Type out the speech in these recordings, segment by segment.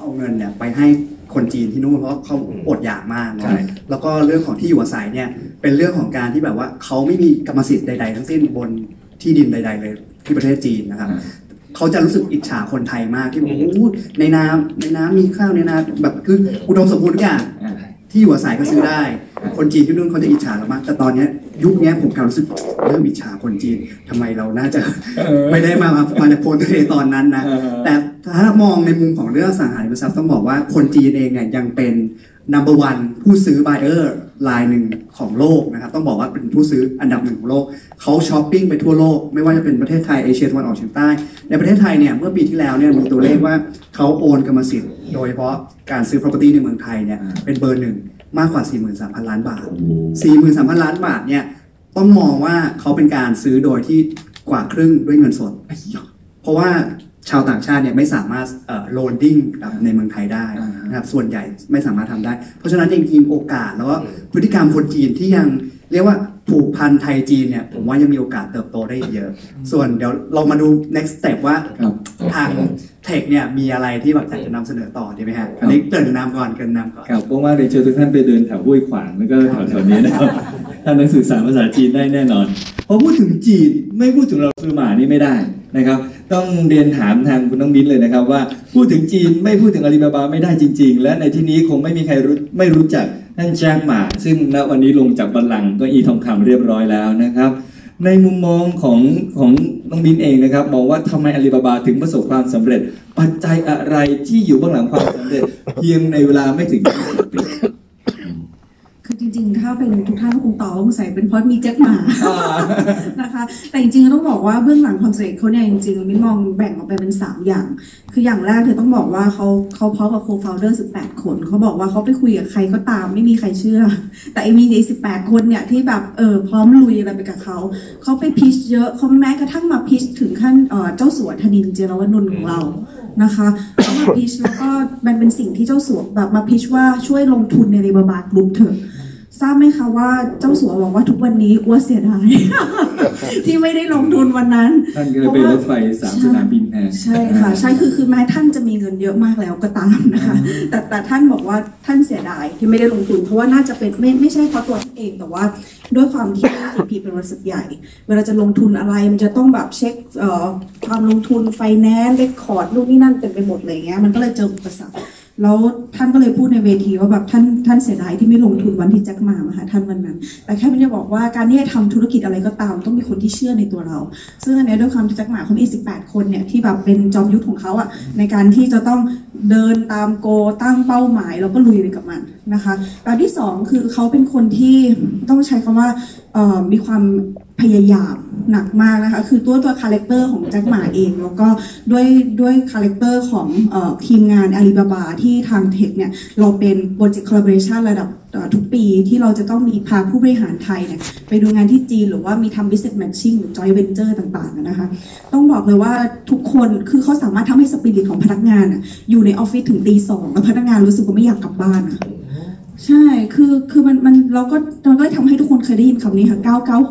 เอาเงินเนี่ยไปให้คนจีนที่นู่นเพราะเขาอดอยากมากนะแล้วก็เรื่องของที่อยู่อาศัยเนี่ยเป็นเรื่องของการที่แบบว่าเขาไม่มีกรรมสิทธิ์ใดๆทั้งสิ้นบนที่ดินใดๆเลยที่ประเทศจีนนะครับเขาจะรู้สึกอิจฉาคนไทยมากที่บอกโอ้ในน้ำมีข้าวในนาแบบคืออุดมสมบูรณ์ทุกอย่างที่อยู่อาศัยก็ซื้อได้คนจีนที่นู่นเขาจะอิจฉาเรามากแต่ตอนนี้ยุคนี้ผมกำลังรู้สึกเริ่มอิจฉาคนจีนทำไมเราน่าจะไม่ได้มาจากโพลทะเลตอนนั้นนะแต่ถ้ามองในมุมของเรื่องอสังหาริมทรัพย์ต้องบอกว่าคนจีนเองเนี่ยยังเป็น number one ผู้ซื้อ buyer รายหนึ่งของโลกนะครับต้องบอกว่าเป็นผู้ซื้ออันดับหนึ่งของโลกเขาช้อปปิ้งไปทั่วโลกไม่ว่าจะเป็นประเทศไทยเอเชียตะวันออกเฉียงใต้ในประเทศไทยเนี่ยเมื่อปีที่แล้วเนี่ยมีตัวเลขว่าเขาโอนกรรมสิทธิ์โดยเฉพาะการซื้อ property ในเมืองไทยเนี่ยเป็นเบอร์หนึ่งมากกว่า 43,000 ล้านบาท 43,000 ล้านบาทเนี่ยต้องมองว่าเขาเป็นการซื้อโดยที่กว่าครึ่งด้วยเงินสดเพราะว่าชาวต่างชาติเนี่ยไม่สามารถโลนดิ้งในเมืองไทยได้นะครับส่วนใหญ่ไม่สามารถทำได้เพราะฉะนั้นจริงๆโอกาสแล้วก็พฤติกรรมคนจีนที่ยังเรียกว่าผูกพันไทยจีนเนี่ยผมว่ายังมีโอกาสเติบโตได้เยอะส่วนเดี๋ยวเรามาดู next step ว่าทางเทคเนี่ยมีอะไรที่แบบอยากจะนำเสนอต่อดีไหมฮะอันนี้เกริ่นนำก่อนครับเพราะว่าเดี๋ยวเชิญทุกท่านไปเดินแถวห้วยขวางแล้วก็แถวๆนี้นะครับท่านนักสื่อสารภาษาจีนได้แน่นอนพอพูดถึงจีนไม่พูดถึงเราคือหมานี่ไม่ได้นะครับต้องเรียนถามทางคุณน้องมิ้นเลยนะครับว่าพูดถึงจีนไม่พูดถึงอาลีบาบาไม่ได้จริงๆและในที่นี้คงไม่มีใครไม่รู้จักท่านแจ็คหม่าซึ่งณวันนี้ลงจากบัลลังก์ก็อีทองคำเรียบร้อยแล้วนะครับในมุมมองของน้องมิ้นเองนะครับมองว่าทำไมอาลีบาบาถึงประสบความสำเร็จปัจจัยอะไรที่อยู่เบื้องหลังความสำเร็จเพียงในเวลาไม่ถึง20 ปีคือจริงๆถ้าเป็นทุกท่านก็คงตอบว่าใส่เป็นเพราะมีแจ็คหม่านะคะแต่จริงๆต้องบอกว่าเบื้องหลังความสำเร็จเขาเนี่ยจริงๆมิ้นมองแบ่งออกไปเป็น3อย่างคืออย่างแรกเธอต้องบอกว่าเขาพร้อมกับโคฟาวเดอร์18 คนเขาบอกว่าเขาไปคุยกับใครก็ตามไม่มีใครเชื่อแต่มี18 คนเนี่ยที่แบบพร้อมลุยอะไรไปกับเขาไปพิชเยอะเขาแม้กระทั่งมาพิชถึงขั้นเจ้าสัวธนินทร์เจรวนนท์ของเรานะคะเขามาพิชแล้วก็มันเป็นสิ่งที่เจ้าสัวแบบมาพิชว่าช่วยลงทุนในอาลีบาบากรุ๊ปเถอะทราบไหมคะว่าเจ้าสัวบอกว่าทุกวันนี้อ้วเสียดายที่ไม่ได้ลงทุนวันนั้นท่านก็เลยไปรถไฟ3 สนามบินแทนใช่ค่ะใช่คือแม้ท่านจะมีเงินเยอะมากแล้วก็ตามนะคะแต่ท่านบอกว่าท่านเสียดายที่ไม่ได้ลงทุนเพราะว่าน่าจะเป็นไม่ใช่เพราะตัวท่านเองแต่ว่าด้วยความที่ GP เป็นบริษัทใหญ่เวลาจะลงทุนอะไรมันจะต้องแบบเช็คความลงทุนไฟแนนซ์เรคคอร์ดนู่นนี่นั่นเต็มไปหมดเลยเงี้ยมันก็เลยเจออุปสรรคแล้วท่านก็เลยพูดในเวทีว่าแบบท่านเสียดายที่ไม่ลงทุนวันที่แจ็คหม่ามาหาท่านวันนั้นแต่แค่ไม่ได้บอกว่าการที่จะทำธุรกิจอะไรก็ตามต้องมีคนที่เชื่อในตัวเราซึ่งอันนี้ด้วยความที่แจ็คหม่าเขามี18 คนเนี่ยที่แบบเป็นจอมยุทธของเขาอะในการที่จะต้องเดินตามโกตั้งเป้าหมายแล้วก็ลุยไปกับมันนะคะแบบที่2คือเขาเป็นคนที่ต้องใช้คำว่ามีความพยายามหนักมากนะคะคือตัวคาแรคเตอร์ของแจ็คหม่าเองแล้วก็ด้วยคาแรคเตอร์ของทีมงานอาลีบาบาที่ทางเทคเนี่ยเราเป็นโปรเจกต์คอลลาบอเรชันระดับทุกปีที่เราจะต้องมีพาผู้บริหารไทยเนี่ยไปดูงานที่จีนหรือว่ามีทำ business matching หรือ joint venture ต่างๆนะคะต้องบอกเลยว่าทุกคนคือเขาสามารถทำให้สปิริตของพนักงานอยู่ในออฟฟิศถึงตี 2แล้วพนักงานรู้สึกว่าไม่อยากกลับบ้านใช่คือมันเราก็ทำให้ทุกคนเคยได้ยินคำนี้ค่ะ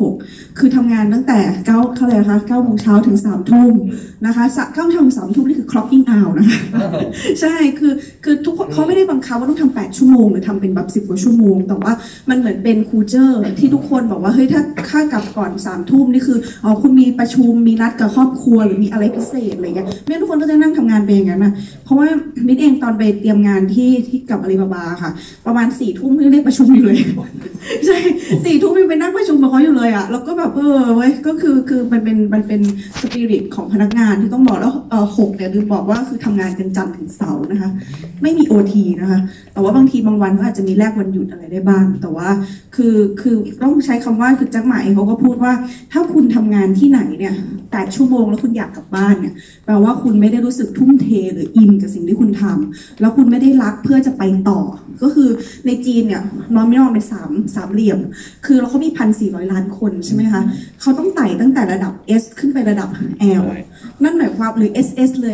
996คือทำงานตั้งแต่9เท่าไหร่คะ9 โมงเช้าถึง3 ทุ่มนะคะ9 ถึง 3 ทุ่มนี่คือ clocking out นะคะใช่คือทุกคนเขาไม่ได้บังคับว่าต้องทำ8 ชั่วโมงหรือทำเป็นแบบ10 กว่าชั่วโมงแต่ว่ามันเหมือนเป็นคูเจอร์ที่ทุกคนบอกว่าเฮ้ยถ้าค่ากลับก่อน3 ทุ่มนี่คือคุณมีประชุมมีนัดกับครอบครัวหรือมีอะไรพิเศษอะไรเงี้ยไม่ทุกคนก็จะนั่งทำงานไปอย่างนั้นนะเพราะว่ามิ้นเองตอนไปเตรียมงานที่กับอาลีบาบาค่ะประมาณ4 ทุ่มยังเรียกประชุมอยู่เลยใช่4 ทุ่มยังไปนั่งประชุมกับเขาอยู่เลยแล้วก็แบบเว้ยก็คือมันเป็นสปิริตของพนักงานที่ต้องบอกแล้ว6เนี่ยลืมบอกว่าคือทำงานกันจันทร์ถึงเสาร์นะคะไม่มี OT นะคะแต่ว่าบางทีบางวันก็อาจจะมีแลกวันหยุดอะไรได้บ้างแต่ว่าคือต้องใช้คำว่าคือแจ็คหม่าเองเขาก็พูดว่าถ้าคุณทำงานที่ไหนเนี่ย8 ชั่วโมงแล้วคุณอยากกลับบ้านเนี่ยแปลว่าคุณไม่ได้รู้สึกทุ่มเทหรืออินกับสิ่งที่คุณทำแล้วคุณไม่ได้รักเพื่อจะไปต่อก็คือในจีนเนี่ยน้องไม่ต้องเป็นสามเหลี่ยมคือเราเขามี1,400 ล้านคนใช่ไหมคะเขาต้องไต่ตั้งแต่ระดับ S ขึ้นไประดับ L นั่นหมายความหรือ SS เลย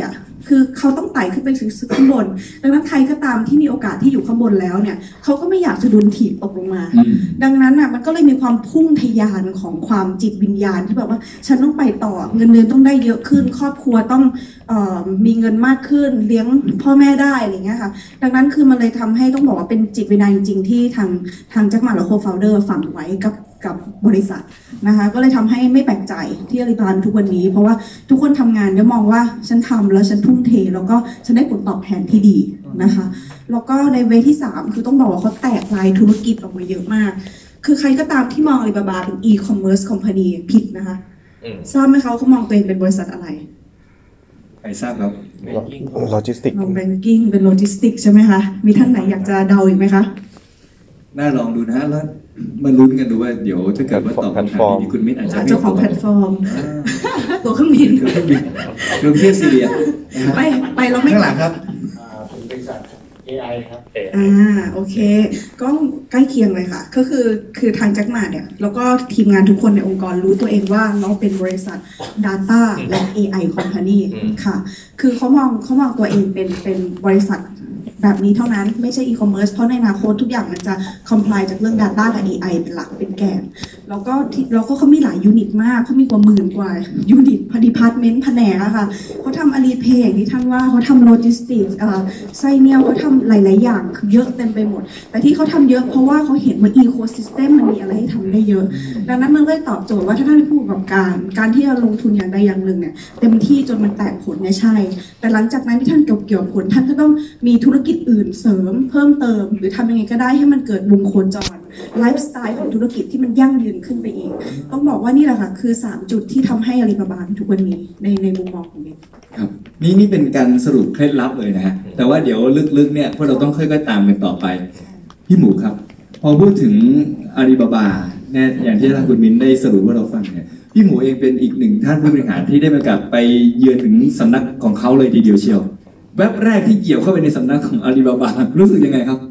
คือเขาต้องไต่ขึ้นไปถึงข้างบนดังนั้นใครก็ตามที่มีโอกาสที่อยู่ข้างบนแล้วเนี่ยเขาก็ไม่อยากจะโดนถีบตกลงมาดังนั้นอ่ะมันก็เลยมีความพุ่งทะยานของความจิตวิญญาณที่แบบว่าฉันต้องไปต่อเงินเดือนต้องได้เยอะขึ้นครอบครัวต้องมีเงินมากขึ้นเลี้ยงพ่อแม่ได้อะไรเงี้ยค่ะดังนั้นคือมันเลยทำให้ต้องบอกว่าเป็นจิตวิญญาณจริงๆที่ทางแจ็คหม่าและโคฟาวเดอร์ฝังไว้กับบริษัทนะคะก็เลยทำให้ไม่แปลกใจที่อาลีบาบาทุกวันนี้เพราะว่าทุกคนทำงานเนี่ยมองว่าฉันทำแล้วฉันทุ่มเทแล้วก็ฉันได้ผลตอบแทนที่ดีนะคะแล้วก็ในเวที่ 3คือต้องบอกว่าเขาแตกลายธุรกิจออกมาเยอะมากคือใครก็ตามที่มองอาลีบาบาเป็น e-commerce company ผิดนะคะทราบไหมเขามองตัวเองเป็นบริษัทอะไรใครทราบครับโลจิสติกแบงกิ้งเป็นโลจิสติกใช่ไหมคะมีท่านไหนอยากจะเดาอีกไหมคะน่าลองดูนะแล้วมาลุ้นกันดูว่าเดี๋ยวถ้าเกิดว่าตอบคำถามนี้คุณมิ้นอาจจะเจ้าของแพลตฟอร์มตัวเครื่องบินเรื่องเทพซีเรียไปเราไม่หลังครับเป็นบริษัท AI ครับโอเคก็ใกล้เคียงเลยค่ะก็คือทางแจ็คหม่าเนี่ยแล้วก็ทีมงานทุกคนในองค์กรรู้ตัวเองว่าเราเป็นบริษัท Data และ AI Company ค่ะคือเขามองตัวเองเป็นบริษัทแบบนี้เท่านั้นไม่ใช่ e-commerce เพราะในอนาคตทุกอย่างมันจะ comply จากเรื่อง data กับ AI เป็นหลักเป็นแกนแล้วก็เขามีหลายยูนิตมากเขามีกว่า10,000 กว่ายูนิตdepartment แผนกอะค่ะเขาทำ Alipay อย่างที่ท่านว่าเขาทำ logistics ไส้เนียวเขาทำหลายๆอย่างเยอะเต็มไปหมดแต่ที่เขาทำเยอะเพราะว่าเขาเห็นว่า ecosystem มันมีอะไรให้ทำได้เยอะดังนั้นมันเลยตอบโจทย์ว่าถ้าท่านเป็นผู้ประกอบการที่จะลงทุนอย่างใดอย่างหนึ่งเนี่ยเต็มที่จนมันแตกผลเนี่ยใช่แต่หลังจากนั้นที่ท่านเกี่ยวผลท่านก็ต้องมีธุรกิจอื่นเสริมเพิ่มเติมหรือทำยังไงก็ได้ให้มันเกิดวงโคจรไลฟ์สไตล์ของธุรกิจที่มันยั่งยืนขึ้นไปอีกต้องบอกว่านี่แหละค่ะคือ3จุดที่ทำให้อาลีบาบาทุกวันนี้ในมุมมองของเด็กครับนี่เป็นการสรุปเคล็ดลับเลยนะฮะแต่ว่าเดี๋ยวลึกๆเนี่ยพวกเราต้องค่อยๆตามกันต่อไปพี่หมูครับพอพูดถึงอาลีบาบาเนี่ยอย่างที่ท่านคุณมิ้นได้สรุปว่าเราฟังเนี่ยพี่หมูเองเป็นอีกหนึ่งท่านผู้บริหารที่ได้มีโอกาสไปเยือนถึงสำนักของเขาเลยทีเดียวเชียวแวบแรกที่เกี่ยวเข้าไปในสำนักของอาลีบาบารู้สึกยังไงครับ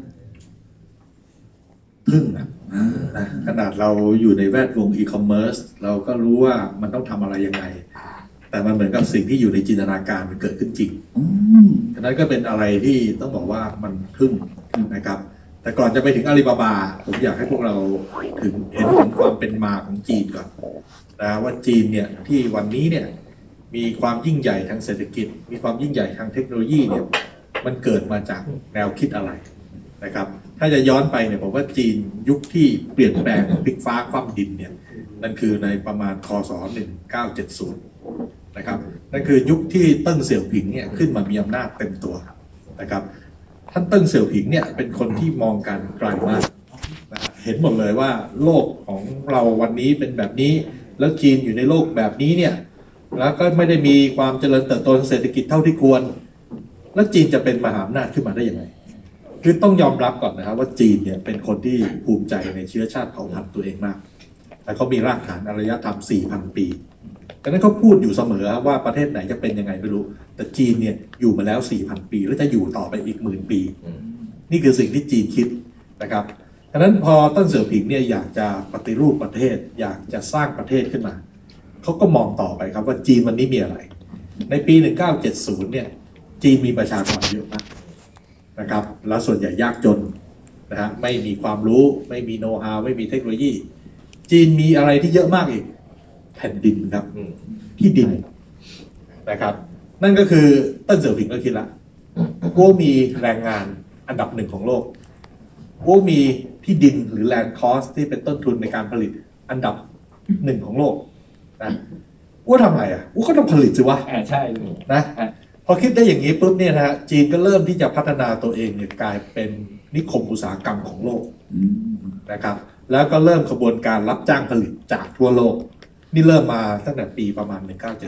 ทึ่งนะขนาดเราอยู่ในแวดวงอีคอมเมิร์ซเราก็รู้ว่ามันต้องทำอะไรยังไงแต่มันเหมือนกับสิ่งที่อยู่ในจินตนาการมันเกิดขึ้นจริงฉะนั้นก็เป็นอะไรที่ต้องบอกว่ามันทึ่งนะครับแต่ก่อนจะไปถึงอาลีบาบาผมอยากให้พวกเราถึงเห็นถึงความเป็นมาของจีนก่อนนะว่าจีนเนี่ยที่วันนี้เนี่ยมีความยิ่งใหญ่ทางเศรษฐกิจมีความยิ่งใหญ่ทางเทคโนโลยีเนี่ยมันเกิดมาจากแนวคิดอะไรนะครับถ้าจะย้อนไปเนี่ยผมว่าจีนยุคที่เปลี่ยนแปลงพลิกฟ้าคว่ำดินเนี่ยนั่นคือในประมาณคศ1970นะครับนั่นคือยุคที่เติ้งเสี่ยวผิงเนี่ยขึ้นมามีอำนาจเต็มตัวนะครับท่านเติ้งเสี่ยวผิงเนี่ยเป็นคนที่มองการไกลมากนะเห็นหมดเลยว่าโลกของเราวันนี้เป็นแบบนี้แล้วจีนอยู่ในโลกแบบนี้เนี่ยแล้วก็ไม่ได้มีความเจริญเติบโตทางเศรษฐกิจเท่าที่ควรแล้วจีนจะเป็นมหาอำนาจขึ้นมาได้ยังไงคือต้องยอมรับก่อนนะครับว่าจีนเนี่ยเป็นคนที่ภูมิใจในเชื้อชาติเผ่าพันธุ์ตัวเองมากแต่เขามีรากฐานอารยธรรม 4,000 ปีดังนั้นเขาพูดอยู่เสมอว่าประเทศไหนจะเป็นยังไงไม่รู้แต่จีนเนี่ยอยู่มาแล้ว 4,000 ปีแล้วจะอยู่ต่อไปอีก10,000 ปีนี่คือสิ่งที่จีนคิดนะครับดังนั้นพอเติ้งเสี่ยวผิงเนี่ยอยากจะปฏิรูปประเทศอยากจะสร้างประเทศขึ้นมาเขาก็มองต่อไปครับว่าจีนวันนี้มีอะไรในปี 1970 เนี่ยจีนมีประชากรเยอะมากนะครับแล้วส่วนใหญ่ยากจนนะฮะไม่มีความรู้ไม่มีโน้ตฮาวไม่มีเทคโนโลยีจีนมีอะไรที่เยอะมากอีกแผ่นดินครับที่ดินนะครับนั่นก็คือเติ้งเสี่ยวผิงก็คิดละว่ามีแรงงานอันดับ1ของโลกว่ามีที่ดินหรือแลนด์คอสที่เป็นต้นทุนในการผลิตอันดับ1ของโลกนะว่าทำไงว่าก็ต้องผลิตสิวะใช่นะพอคิดได้อย่างนี้ปุ๊บเนี่ยนะฮะจีนก็เริ่มที่จะพัฒนาตัวเองเนี่ยกลายเป็นนิคมอุตสาหกรรมของโลกนะครับแล้วก็เริ่มขบวนการรับจ้างผลิตจากทั่วโลกนี่เริ่มมาตั้งแต่ปีประมาณ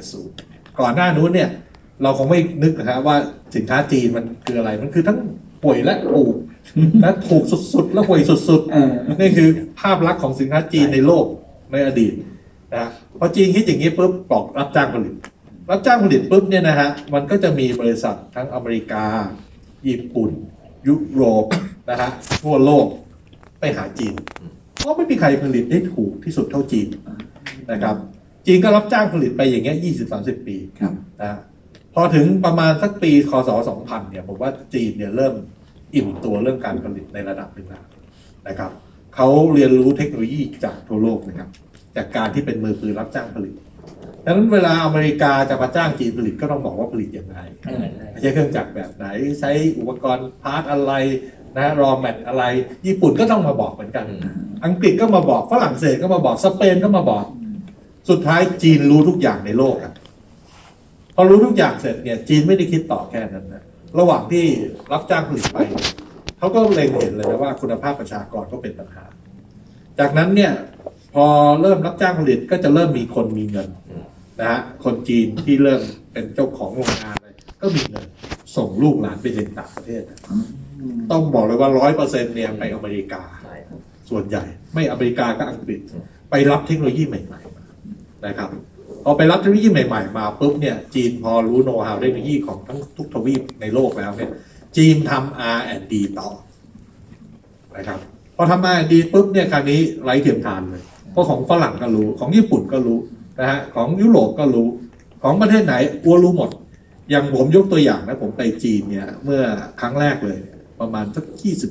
1970ก่อนหน้านู้นเนี่ยเราคงไม่นึกนะฮะว่าสินค้าจีนมันคืออะไรมันคือทั้งป่วยและถูกและถูกสุดๆและป่วยสุดๆนี่คือภาพลักษณ์ของสินค้าจีนในโลกในอดีตนะพอจีนคิดอย่างนี้ปุ๊บบอกรับจ้างผลิตปุ๊บเนี่ยนะฮะมันก็จะมีบริษัททั้งอเมริกาญี่ปุ่นยุโรปนะฮะทั่วโลกไปหาจีนเพราะไม่มีใครผลิตได้ถูกที่สุดเท่าจีนนะครับจีนก็รับจ้างผลิตไปอย่างเงี้ย20-30 ปีนะพพอถึงประมาณสักปีคศ 2000 เนี่ยผมว่าจีนเนี่ยเริ่มอิ่มตัวเรื่องการผลิตในระดับหนึ่งแล้วนะครับเขาเรียนรู้เทคโนโลยีจากทั่วโลกนะครับจากการที่เป็นมือปืนรับจ้างผลิตดังนั้นเวลาอเมริกาจะมาจ้างจีนผลิตก็ต้องบอกว่าผลิตยังไงใช้เครื่องจักรแบบไหนใช้อุปกรณ์พาร์ทอะไรนะรอแมทอะไรญี่ปุ่นก็ต้องมาบอกเหมือนกันอังกฤษก็มาบอกฝรั่งเศสก็มาบอกสเปนก็มาบอกสุดท้ายจีนรู้ทุกอย่างในโลกพอรู้ทุกอย่างเสร็จเนี่ยจีนไม่ได้คิดต่อแค่นั้นนะระหว่างที่รับจ้างผลิตไปเขาก็เล็งเห็นเลยนะว่าคุณภาพประชากรก็เป็นปัญหาจากนั้นเนี่ยพอเริ่มรับจ้างผลิตก็จะเริ่มมีคนมีเงินนะฮะคนจีนที่เริ่มเป็นเจ้าของโรงงานเลยก็มีเงินส่งลูกหลานไปเรียนต่างประเทศต้องบอกเลยว่า 100% เนี่ยไปอเมริกาส่วนใหญ่ไม่อเมริกาก็อังกฤษไปรับเทคโนโลยีใหม่ๆนะครับพอไปรับเทคโนโลยีใหม่ๆมาปุ๊บเนี่ยจีนพอรู้โน้ตฮาวเทคโนโลยีของทั้งทุกทวีปในโลกแล้วเนี่ยจีนทำ R&D ต่อนะครับพอทำ R&D ปุ๊บเนี่ยคราวนี้ไร้เทียมทานเลยเพราะของฝรั่งก็รู้ของญี่ปุ่นก็รู้นะฮะของยุโรปก็รู้ของประเทศไหนอัวรู้หมดอย่างผมยกตัวอย่างนะผมไปจีนเนี่ยเมื่อครั้งแรกเลยประมาณสัก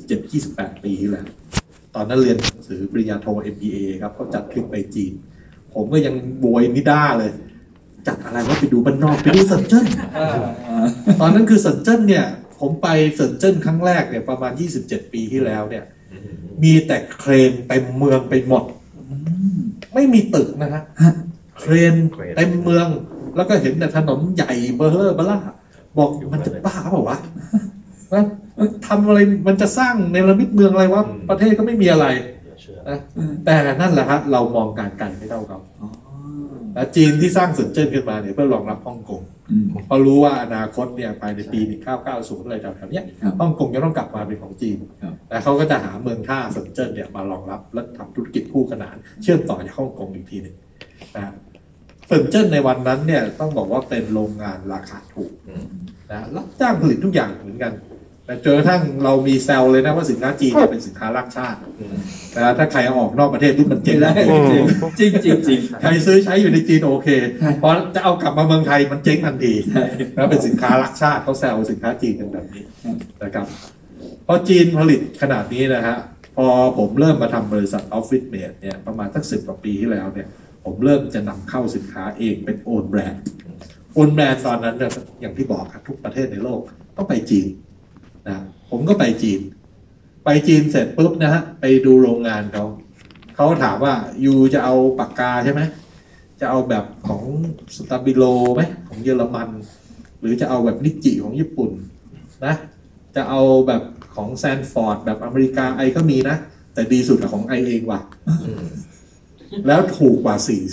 27-28 ปีที่แล้วตอนนั้นเรียนหนังสือปริญญาโท MBA ครับเขาจัดทริปไปจีนผมก็ยังบวยนิด้าเลยจัดอะไรว่าไปดูบ้านนอกไปดูเซินเจิ้นตอนนั้นคือเซินเจิ้นเนี่ยผมไปเซินเจิ้นครั้งแรกเนี่ยประมาณ27 ปีที่แล้วเนี่ยมีแต่เครนเต็มเมืองไปหมดไม่มีตึกนะฮะเครนเต็มเมืองแล้วก็เห็นแต่ถนนใหญ่เบอร์เบล่าบอกมันจะบ้าเปล่าวะทำอะไรมันจะสร้างเนรมิตเมืองอะไรวะประเทศก็ไม่มีอะไรนะแต่นั่นแหละครับเรามองการไกลไม่เท่าเขาจีนที่สร้างเซินเจิ้นขึ้นมาเนี่ยเพื่อรองรับฮ่องกงเพราะรู้ว่าอนาคตเนี่ยภายในปี 1990 อะไรแถวๆนี้ฮ่องกงจะต้องกลับมาเป็นของจีนแต่เขาก็จะหาเมืองท่าเซินเจิ้นเนี่ยมารองรับและทำธุรกิจคู่ขนานเชื่อมต่อจากฮ่องกงอีกทีหนึ่งนะเซินเจิ้นในวันนั้นเนี่ยต้องบอกว่าเป็นโรงงานราคาถูกนะรับจ้างผลิตทุกอย่างเหมือนกันแต่จนกระทั่งเรามีแซวเลยนะว่าสินค้าจีนจะเป็นสินค้ารักชาตินะถ้าใครเอาออกนอกประเทศปุ๊บมันเจ๊งได้จริงใครซื้อใช้อยู่ในจีนโอเคพอจะเอากลับมาเมืองไทยมันเจ๊งทันทีแล้วเป็นสินค้ารักชาติเขาแซวสินค้าจีนกันแบบนี้นะครับพอจีนผลิตขนาดนี้นะฮะพอผมเริ่มมาทำบริษัทออฟฟิศเมดเนี่ยประมาณสัก10 กว่าปีที่แล้วเนี่ยผมเริ่มจะนำเข้าสินค้าเองเป็นโอนแบรนด์ตอนนั้นเนี่ยอย่างที่บอกครับทุกประเทศในโลกต้องไปจีนนะผมก็ไปจีนเสร็จปุ๊บนะฮะไปดูโรงงานเขาถามว่ายูจะเอาปากกาใช่ไหมจะเอาแบบของสตาบิโลไหมของเยอรมันหรือจะเอาแบบนิจิของญี่ปุ่นนะจะเอาแบบของแซนฟอร์ดแบบอเมริกาไอก็มีนะแต่ดีสุดของไอเองว่ะแล้วถูกกว่า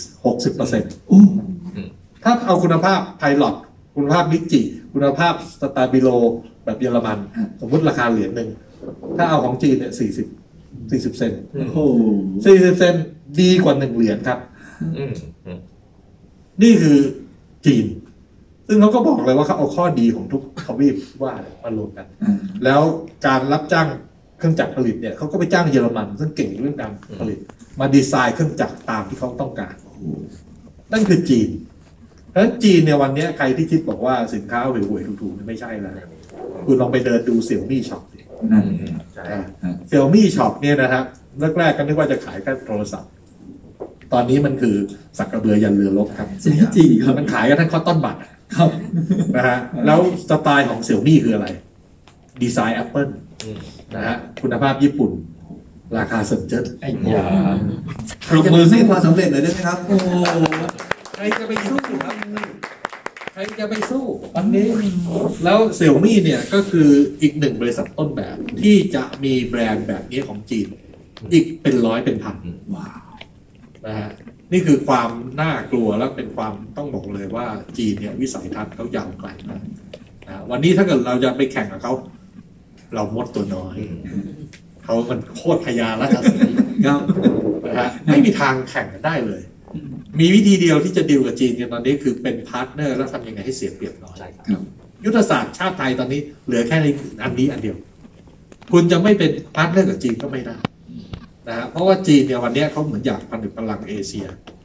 60% ถ้าเอาคุณภาพไพลอตคุณภาพนิจิคุณภาพสตาบิโลแบบเยอรมันสมมติราคาเหรียญหนึ่งถ้าเอาของจีนเนี่ย40 เซนต์40 เซนต์ดีกว่า1 เหรียญครับนี่คือจีนซึ่งเขาก็บอกเลยว่าเขาเอาข้อดีของทุกทวีปว่ามารวมกันแล้วการรับจ้างเครื่องจักรผลิตเนี่ยเขาก็ไปจ้างเยอรมันซึ่งเก่งเรื่องการผลิตมาดีไซน์เครื่องจักรตามที่เขาต้องการนั่นคือจีนเพราะฉะนั้นจีนเนี่ยวันนี้ใครที่คิดบอกว่าสินค้าห่วยๆถูกๆไม่ใช่แล้วคุณลองไปเดินดูเซี่ยมี่ช็อปเซี่ยมี่ช็อปเนี่ยนะครับแรกๆก็นึกว่าจะขายแค่โทรศัพท์ตอนนี้มันคือสักกระเบือยันเรือรบครับจริงครับมันขายกันทั้งคอตตอนบัดครับนะฮะแล้วสไตล์ของเซี่ยมี่คืออะไรดีไซน์แอปเปิลนะฮะคุณภาพญี่ปุ่นราคาเซินเจิ้นปรบมือให้ความสำเร็จเลยได้ไหมครับโอ้ใครจะไปสู้ครับใครจะไปสู้อันนี้แล้วเซี่ยมี่เนี่ยก็คืออีก1 บริษัทต้นแบบที่จะมีแบรนด์แบบนี้ของจีนอีกเป็นร้อยเป็นพันว้าวนะฮะนี่คือความน่ากลัวและเป็นความต้องบอกเลยว่าจีนเนี่ยวิสัยทัศน์เขายาวไกลมากวันนี้ถ้าเกิดเราจะไปแข่งกับเขาเรามดตัวน้อยเขามันโคตรพยาราชสีนะฮะไม่มีทางแข่งกันได้เลยมีวิธีเดียวที่จะดีลกับจีนกันตอนนี้คือเป็นพาร์ทเนอร์แล้วทำยังไงให้เสียเปรียบน้อยยุทธศาสตร์ชาติไทยตอนนี้เหลือแค่ในอันนี้อันเดียวคุณจะไม่เป็นพาร์ทเนอร์กับจีนก็ไม่ได้นะฮะเพราะว่าจีนเนี่ยวันนี้เขาเหมือนอยากผนึกพลังเอเชีย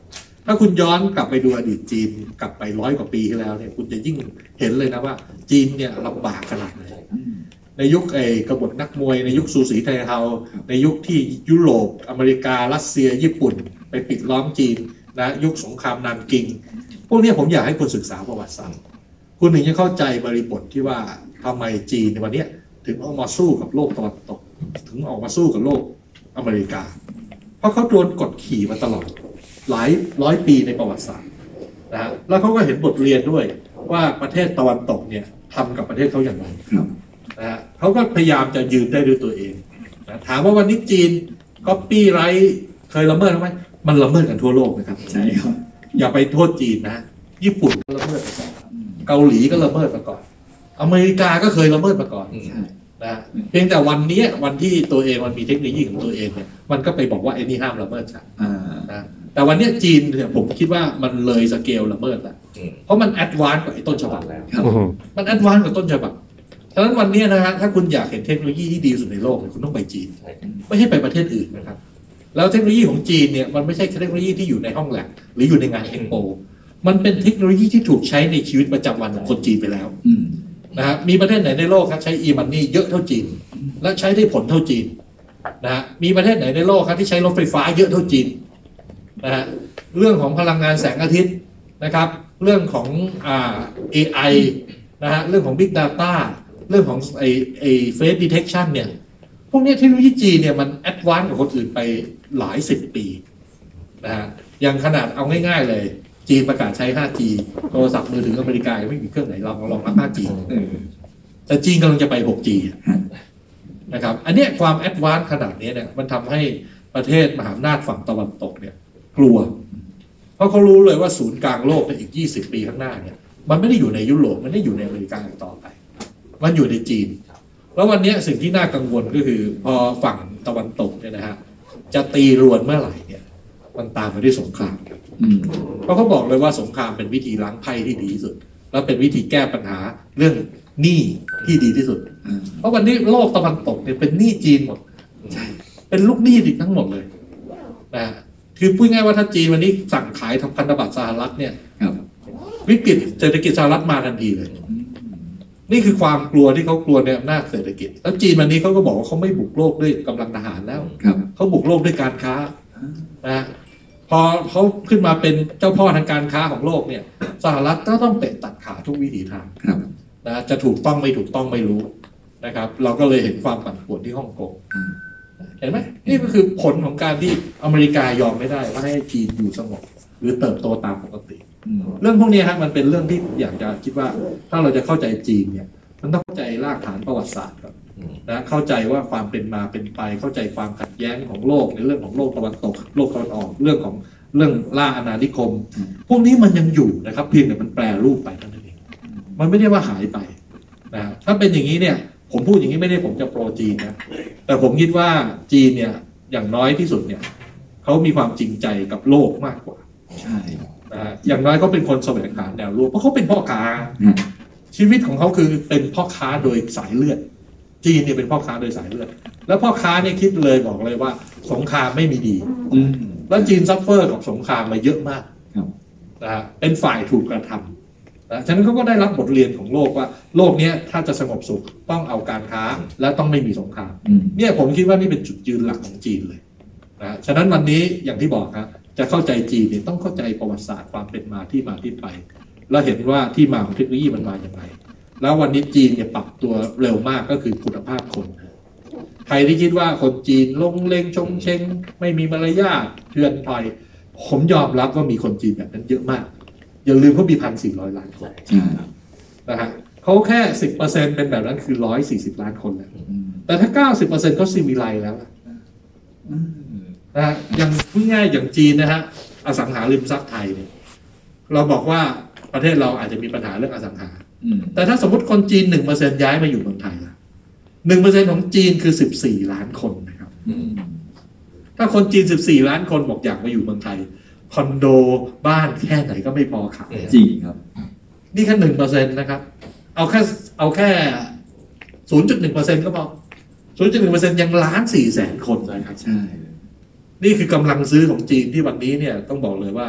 ถ้าคุณย้อนกลับไปดูอดีตจีนกลับไป100 กว่าปีที่แล้วเนี่ยคุณจะยิ่งเห็นเลยนะว่าจีนเนี่ยลำบากขนาดไหนในยุคกบฏนักมวยในยุคซูสีไทเทาในยุคที่ยุโรปอเมริการัสเซียญี่ปุ่นไปปิดล้อมจีนนะยุคสงครามนานกิงพวกนี้ผมอยากให้คุณศึกษาประวัติศาสตร์คุณถึงจะเข้าใจบริบทที่ว่าทำไมจีนในวันนี้ถึงออกมาสู้กับโลกตะวันตกถึงออกมาสู้กับโลกอเมริกาเพราะเขาโดนกดขี่มาตลอดหลายร้อยปีในประวัติศาสตร์นะฮะแล้วเขาก็เห็นบทเรียนด้วยว่าประเทศตะวันตกเนี่ยทำกับประเทศเขาอย่างไรนะฮะเขาก็พยายามจะยืนได้ด้วยตัวเองนะถามว่าวันนี้จีนก๊อปปี้ไรเคยละเมิดไหมมันละเมิดกันทั่วโลกนะครับใช่ครับอย่าไปโทษจีนนะญี่ปุ่นก็ละเมิดมาก่อนเกาหลีก็ละเมิดมาก่อนอเมริกาก็เคยละเมิดมาก่อนนะเพียงแต่วันนี้วันที่ตัวเองมันมีเทคโนโลยีของตัวเองเนี่ยมันก็ไปบอกว่าไอ้นี่ห้ามละเมิดฉันนะแต่วันนี้จีนเนี่ยผมคิดว่ามันเลยสเกลละเมิดแล้วเพราะมันแอดวานซ์กว่าไอ้ต้นฉบับแล้วมันแอดวานซ์กว่าต้นฉบับฉะนั้นวันนี้นะฮะถ้าคุณอยากเห็นเทคโนโลยีที่ดีสุดในโลกคุณต้องไปจีนไม่ให้ไปประเทศอื่นนะครับแล้วเทคโนโลยีของจีนเนี่ยมันไม่ใช่เทคโนโลยีที่อยู่ในห้องแลบหรืออยู่ในงานเอ็กโปมันเป็นเทคโนโลยีที่ถูกใช้ในชีวิตประจำวันของคนจีนไปแล้วนะฮะมีประเทศไหนในโลกครับใช้ e-money เยอะเท่าจีนและใช้ได้ผลเท่าจีนนะฮะมีประเทศไหนในโลกครับที่ใช้รถไฟฟ้าเยอะเท่าจีนนะฮะเรื่องของพลังงานแสงอาทิตย์นะครับเรื่องของAI นะฮะเรื่องของ Big Data เรื่องของFace Detection เนี่ยพวกนี้เทคโนโลยีจีนเนี่ยมันแอดวานซ์กว่าคนอื่นไปหลาย10 ปีนะฮะอย่างขนาดเอาง่ายๆเลยจีนประกาศใช้ 5G โทรศัพท์มือถืออเมริกาไม่มีเครื่องไหนรองรับ 5G แต่จีนกำลังจะไป 6G นะครับอันนี้ความแอดวานซ์ขนาดนี้เนี่ยมันทำให้ประเทศมหาอำนาจฝั่งตะวันตกเนี่ยกลัวเพราะเขารู้เลยว่าศูนย์กลางโลกในอีก20 ปีข้างหน้าเนี่ยมันไม่ได้อยู่ในยุโรปมันไม่ได้อยู่ในอเมริกาอีกต่อไปมันอยู่ในจีนแล้ววันนี้สิ่งที่น่ากังวลก็คือพอฝั่งตะวันตกเนี่ยนะฮะจะตีรวนเมื่อไหร่เนี่ยมันตามมาด้วยสงครามเพราะเขาบอกเลยว่าสงครามเป็นวิธีล้างไพ่ที่ดีที่สุดและเป็นวิธีแก้ปัญหาเรื่องหนี้ที่ดีที่สุดเพราะวันนี้โลกตะวันตกเนี่ยเป็นหนี้จีนหมดเป็นลูกหนี้ดิบทั้งหมดเลยนะคือพูดง่ายว่าถ้าจีนวันนี้สั่งขายพันธบัตรสหรัฐเนี่ยวิกฤตเศรษฐกิจสหรัฐมาทันทีเลยนี่คือความกลัวที่เขากลัวในอำนาจเศรษฐกิจแล้วจีนวันนี้เขาก็บอกว่าเขาไม่บุกโลกด้วยกำลังทหารแล้วเขาบุกโลกด้วยการค้านะพอเขาขึ้นมาเป็นเจ้าพ่อทางการค้าของโลกเนี่ยสหรัฐก็ต้องเตะตัดขาทุกวิถีทางนะจะถูกต้องไม่ถูกต้องไม่รู้นะครับเราก็เลยเห็นความปั่นป่วนที่ฮ่องกงเห็นไหมนี่ก็คือผลของการที่อเมริกายอมไม่ได้ว่าให้จีนอยู่สงบหรือเติบโตตามปกติเรื่องพวกนี้ฮะมันเป็นเรื่องที่อยากจะคิดว่าถ้าเราจะเข้าใจจีนเนี่ยมันต้องเข้าใจรากฐานประวัติศาสตร์ก่อนนะเข้าใจว่าความเป็นมาเป็นไปเข้าใจความขัดแย้งของโลกในเรื่องของโลกตะวันตกโลกตะวันออกเรื่องล่าอาณานิคมพวกนี้มันยังอยู่นะครับเพียงแต่มันแปรรูปไปเท่านั้นเองมันไม่ได้ว่าหายไปนะถ้าเป็นอย่างนี้เนี่ยผมพูดอย่างนี้ไม่ได้ผมจะโปรจีนนะแต่ผมคิดว่าจีนเนี่ยอย่างน้อยที่สุดเนี่ยเขามีความจริงใจกับโลกมากกว่าใช่อย่างน้อยเขาเป็นคนแสวงหาแนวร่วมเพราะเขาเป็นพ่อค้าชีวิตของเขาคือเป็นพ่อค้าโดยสายเลือดจีนเนี่ยเป็นพ่อค้าโดยสายเลือดแล้วพ่อค้าเนี่ยคิดเลยบอกเลยว่าสงครามไม่มีดีแล้วจีนซัฟเฟอร์กับสงครามมาเยอะมากนะฮะเป็นฝ่ายถูกกระทำนะฉะนั้นเขาก็ได้รับบทเรียนของโลกว่าโลกนี้ถ้าจะสงบสุขต้องเอาการค้าและต้องไม่มีสงครามเนี่ยผมคิดว่านี่เป็นจุดยืนหลักของจีนเลยนะฉะนั้นวันนี้อย่างที่บอกครับจะเข้าใจจีนเนี่ยต้องเข้าใจประวัติศาสตร์ความเป็นมาที่ไปแล้วเห็นว่าที่มาของเทคโนโลยีมันมาอย่างไรแล้ววันนี้จีนเนี่ยปรับตัวเร็วมากก็คือคุณภาพคนใครที่คิดว่าคนจีนลงเลงชงเชงไม่มีมารยาทเถื่อนถอยผมยอมรับว่ามีคนจีนแบบนั้นเยอะมากอย่าลืมเขามี1,400 ล้านคนนะฮะเขาแค่ 10% เป็นแบบนั้นคือ140 ล้านคนแล้วแต่ถ้า 90% ก็ซีวิไลแล้วนะอย่างง่ายๆอย่างจีนนะฮะอสังหาริมทรัพย์ไทยเนี่ยเราบอกว่าประเทศเราอาจจะมีปัญหาเรื่องอสังหาแต่ถ้าสมมติคนจีน 1% ย้ายมาอยู่เมืองไทยละ 1% ของจีนคือ14 ล้านคนนะครับถ้าคนจีน14 ล้านคนบอกอยากมาอยู่เมืองไทยคอนโดบ้านแค่ไหนก็ไม่พอขายจริงครับนี่แค่ 1% นะครับเอาแค่ 0.1% ก็พอ 0.1% ยัง1,400,000 คนนะครับใช่นี่คือกำลังซื้อของจีนที่วันนี้เนี่ยต้องบอกเลยว่า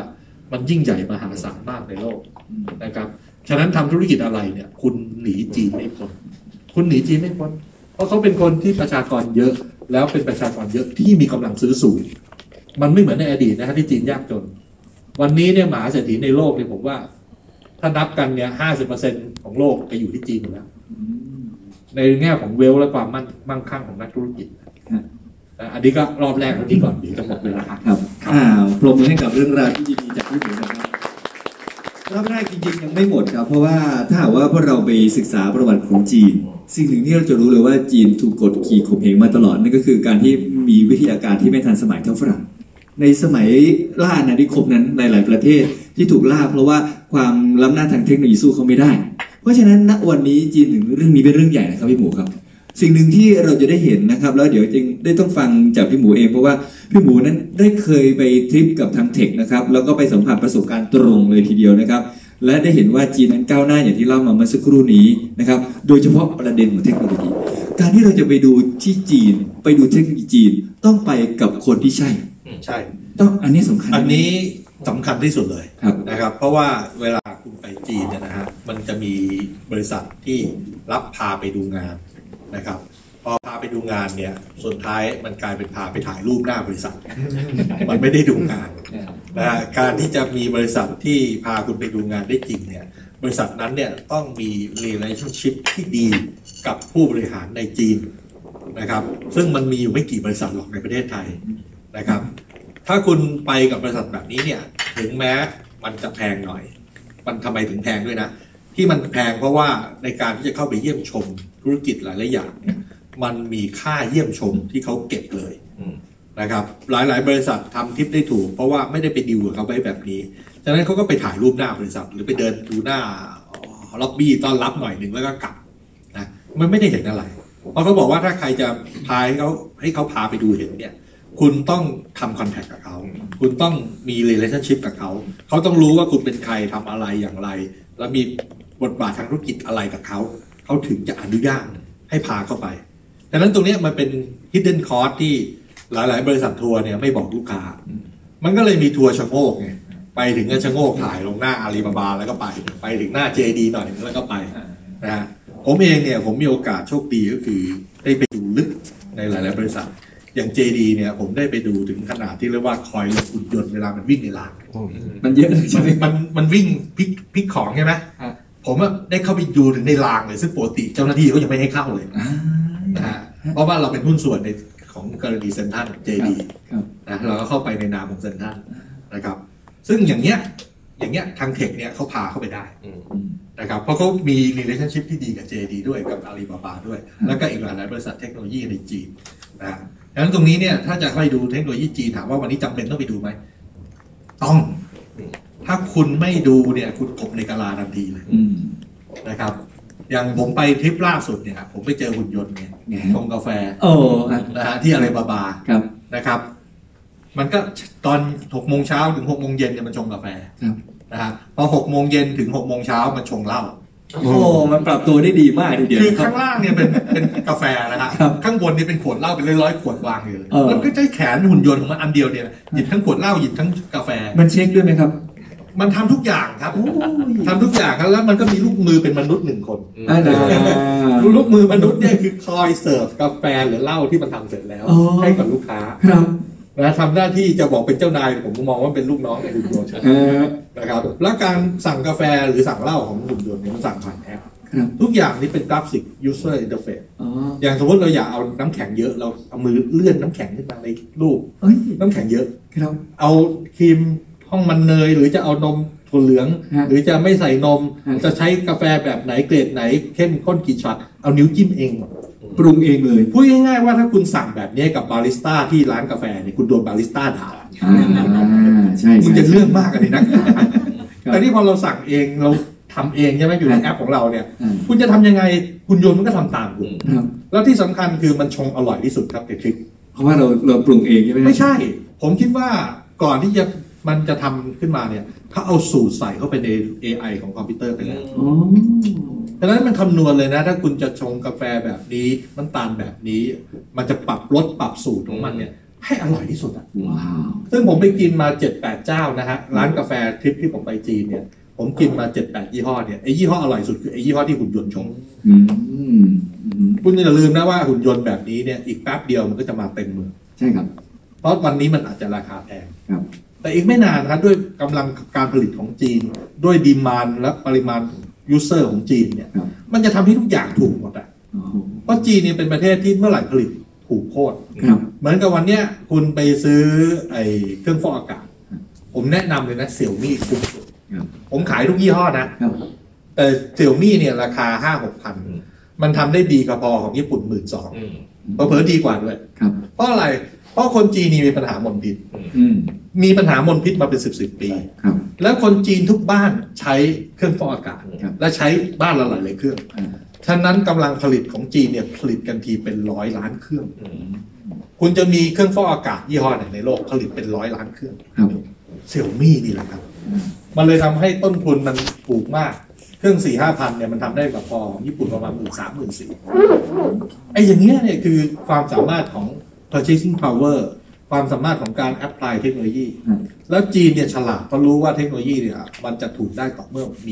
มันยิ่งใหญ่มหาศาลมากในโลกนะครับฉะนั้นทำธุรกิจอะไรเนี่ยคุณหนีจีนไม่พ้นคุณหนีจีนไม่พ้นเพราะเขาเป็นคนที่ประชากรเยอะแล้วเป็นประชากรเยอะที่มีกำลังซื้อสูงมันไม่เหมือนในอดีตนะฮะที่จีนยากจนวันนี้เนี่ยมหาเศรษฐีในโลกเนี่ยผมว่าถ้านับกันเนี่ย50%ของโลกไปอยู่ที่จีนหมดแล้วในแง่ของเวลและความมั่งคั่งของนักธุรกิจอันนี้ก็รอบแรกวันนี้ก่อนเดี๋ยวจะหมดเวลาครับปรบมือให้กับเรื่องราวที่ดีๆจากพี่หมูนะครับรอบแรกจริงๆยังไม่หมดครับเพราะว่าถ้าหากว่าพวกเราไปศึกษาประวัติของจีนสิ่งหนึ่งที่เราจะรู้เลยว่าจีนถูกกดขี่ข่มเหงมาตลอดนั่นก็คือการที่มีวิทยาการที่ไม่ทันสมัยเท่าฝรั่งในสมัยล่าอาณานิคมนั้นหลายๆประเทศที่ถูกล่าเพราะว่าความล้ำหน้าทางเทคโนโลยีสู้เขาไม่ได้เพราะฉะนั้นณวันนี้จีนถึงเรื่องนี้เป็นเรื่องใหญ่นะครับพี่หมูครับสิ่งหนึ่งที่เราจะได้เห็นนะครับแล้วเดี๋ยวจึงได้ต้องฟังจากพี่หมูเองเพราะว่าพี่หมูนั้นได้เคยไปทริปกับทางเทคนะครับแล้วก็ไปสัมผัสประสบการณ์ตรงเลยทีเดียวนะครับและได้เห็นว่าจีนนั้นก้าวหน้าอย่างที่เล่ามาเมื่อสักครู่นี้นะครับโดยเฉพาะประเด็นของเทคโนโลยีการที่เราจะไปดูที่จีนไปดูเทคโนโลยีจีนต้องไปกับคนที่ใช่ต้องอันนี้สำคัญอันนี้สำคัญที่สุดเลยนะครับเพราะว่าเวลาคุณไปจีนเนี่ยนะฮะมันจะมีบริษัทที่รับพาไปดูงานนะครับพอพาไปดูงานเนี่ยสุดท้ายมันกลายเป็นพาไปถ่ายรูปหน้าบริษัท มันไม่ได้ดูงานนะการที่จะมีบริษัทที่พาคุณไปดูงานได้จริงเนี่ยบริษัทนั้นเนี่ยต้องมี relationship ที่ดีกับผู้บริหารในจีนนะครับซึ่งมันมีอยู่ไม่กี่บริษัทหรอกในประเทศไทยนะครับถ้าคุณไปกับบริษัทแบบนี้เนี่ยถึงแม้มันจะแพงหน่อยมันทำไมถึงแพงด้วยนะที่มันแพงเพราะว่าในการที่จะเข้าไปเยี่ยมชมธุรกิจหลายๆอย่างเนี่ยมันมีค่าเยี่ยมชมที่เขาเก็บเลยนะครับหลายๆบริษัททำทิปได้ถูกเพราะว่าไม่ได้ไปดิวกับเขาไว้แบบนี้ฉะนั้นเขาก็ไปถ่ายรูปหน้าบริษัทหรือไปเดินดูหน้าล็อบบี้ต้อนรับหน่อยหนึ่งแล้วก็กลับนะมันไม่ได้เห็นอะไรเพราะเขาบอกว่าถ้าใครจะพาให้เขาพาไปดูเห็นเนี่ยคุณต้องทำคอนแทคกับเขาคุณต้องมี relationship กับเขาต้องรู้ว่าคุณเป็นใครทำอะไรอย่างไรแล้วมีบทบาททางธุรกิจอะไรกับเขาถึงจะอนุญาตให้พาเข้าไปดังนั้นตรงนี้มันเป็น hidden cost ที่หลายๆบริษัททัวร์เนี่ยไม่บอกลูกค้ามันก็เลยมีทัวร์ชะโงกไงไปถึงก็ชะโงกถ่ายลงหน้าอาลีบาบาแล้วก็ไปถึงหน้า JD หน่อยแล้วก็ไปนะฮะผมเองเนี่ยผมมีโอกาสโชคดีก็คือได้ไปดูลึกในหลายๆบริษัทอย่าง JD เนี่ยผมได้ไปดูถึงขนาดที่เรียกว่าคอยลงหุ่นยนต์เวลามันวิ่งในรางมันเยอะใช่ไหมมันวิ่งพลิกของใช่ไหมผมได้เข้าไปดูถึงในรางเลยซึ่งปกติเจ้าหน้าที่เขายังไม่ให้เข้าเลยนะฮะเพราะว่าเราเป็นหุ้นส่วนในของกรณีเซ็นทรัล JD นะเราก็เข้าไปในนามของเซ็นทรัลนะครับซึ่งอย่างเงี้ยทางเทคเนี่ยเขาพาเข้าไปได้นะครับเพราะเขามี relationship ที่ดีกับ JD ด้วยกับอาลีบาบาด้วยแล้วก็อีกหลายบริษัทเทคโนโลยีในจีนนะดังนั้นตรงนี้เนี่ยถ้าจะไปดูเทคโนโลยีจีนถามว่าวันนี้จำเป็นต้องไปดูไหมต้องถ้าคุณไม่ดูเนี่ยคุณตกในกาลาทันทีเลยนะครับอย่างผมไปทริปล่าสุดเนี่ยผมไปเจอหุ่นยนต์เนี่ยชงกาแฟนะฮะที่อาลีบาบานะครับมันก็ตอน6 โมงเช้าถึง6 โมงเย็นเนี่ยมันชงกาแฟนะฮะพอ6 โมงเย็นถึง6 โมงเช้ามันชงเหล้าโอ้มันปรับตัวได้ดีมากทีเดียวคือข้างล่างเนี่ยเป็นกาแฟนะฮะข้างบนนี่เป็นขวดเหล้าเป็นร้อยๆขวดวางอยู่เลยแล้วก็ใช้แขนหุ่นยนต์ของมันอันเดียวเนี่ยหยิบทั้งขวดเหล้าหยิบทั้งกาแฟมันเช็คด้วยไหมครับมันทำทุกอย่างครับทำทุกอย่างครับแล้วมันก็มีลูกมือเป็นมนุษย์1 คนลูกมือมนุษย์เนี่ยคือคอยเสิร์ฟกาแฟหรือเหล้าที่มันทำเสร็จแล้วให้กับลูกค้านะทำหน้าที่จะบอกเป็นเจ้านายผมมองว่าเป็นลูกน้องในหุ่นยนต์นะครับแล้วการสั่งกาแฟหรือสั่งเหล้าของหุ่นยนต์เนี่ยมันสั่งผ่านแอปทุกอย่างนี้เป็นกราฟิก user interface อย่างสมมติเราอยากเอาน้ำแข็งเยอะเราเอามือเลื่อนน้ำแข็งขึ้นมาในรูปน้ำแข็งเยอะเอาครีมห้องมันเนยหรือจะเอานมถั่วเหลืองหรือจะไม่ใส่นมจะใช้กาแฟแบบไหนเกรดไหนเข้มข้นกี่ช็อตเอานิ้วจิ้มเองปรุงเองเลยพูดง่ายๆว่าถ้าคุณสั่งแบบนี้กับบาริสต้าที่ร้านกาแฟเนี่ยคุณโดนบาริสต้าด่าใช่คุณจะเรื่องมากกันเลยนะแต่นี่พอเราสั่งเองเราทำเองใช่ไหมอยู่ในแอปของเราเนี่ยคุณจะทำยังไงคุณโยนมันก็ทำตามคุณแล้วที่สำคัญคือมันชงอร่อยที่สุดครับไอทริคเพราะว่าเราปรุงเองใช่ไหมไม่ใช่ผมคิดว่าก่อนที่มันจะทำขึ้นมาเนี่ยเขาเอาสูตรใส่เข้าไปใน AI ของคอมพิวเตอร์ไปแล้วดังนั้นมันคำนวณเลยนะถ้าคุณจะชงกาแฟแบบนี้น้ำตาลแบบนี้มันจะปรับรสปรับสูตรของมันเนี่ยให้อร่อยที่สุดอ่ะว้าวซึ่งผมไปกินมา 7-8 เจ้านะฮะร้านกาแฟทริปที่ผมไปจีนเนี่ยผมกินมา 7-8 ยี่ห้อเนี่ยไอ้ยี่ห้ออร่อยสุดคือไอ้ยี่ห้อที่หุ่นยนต์ชงอืมคุณอย่าลืมนะว่าหุ่นยนต์แบบนี้เนี่ยอีกแป๊บเดียวมันก็จะมาเต็มเมืองใช่ครับเพราะวันนี้มันอาจจะราคาแพงครับแต่อีกไม่นานครับด้วยกำลังการผลิตของจีน ด้วยดีมานและปริมาณยูเซอร์ของจีนเนี่ยครับมันจะทำให้ทุกอย่างถูกหมดอ่ะอ๋อเพราะจีนเนี่ยเป็นประเทศที่เมื่อไหร่ผลิตถูกโคตรครับเหมือนกับวันเนี้ยคุณไปซื้อไอ้เครื่องฟอกอากาศ ผมแนะนำเลยนะเสี่ยวมี่คุ้มสุดครับผมขายทุกยี่ห้อนะครับแต่เสี่ยวมี่เนี่ยราคา 5-6 พัน มันทำได้ดีกว่าพอของญี่ปุ่น 12,000เผลอๆดีกว่าด้วยครับเพราะอะไร เพราะคนจีนนี่มีปัญหามลพิษอืมมีปัญหามลพิษมาเป็น10 ปีครับแล้วคนจีนทุกบ้านใช้เครื่องฟอกอากาศครับและใช้บ้านละหลายเครื่องอ่าฉะนั้นกำลังผลิตของจีนเนี่ยผลิตกันทีเป็น100 ล้านเครื่อง คุณจะมีเครื่องฟอกอากาศยี่ห้อไหนในโลกผลิตเป็น100 ล้านเครื่องครับเสี่ยวมี่นี่แหละครับ มันเลยทำให้ต้นทุนมันถูกมาก เครื่อง 4-5 พันเนี่ยมันทำได้กับพอของญี่ปุ่นประมาณ13,000-14,000ไอ้อย่างเงี้ยเนี่ยคือความสามารถของ purchasing power ความสามารถของการ apply เทคโนโลยีครับแล้วจีนเนี่ยฉลาดเพราะรู้ว่าเทคโนโลยีเนี่ยมันจะถูกได้ต่อเมื่อมี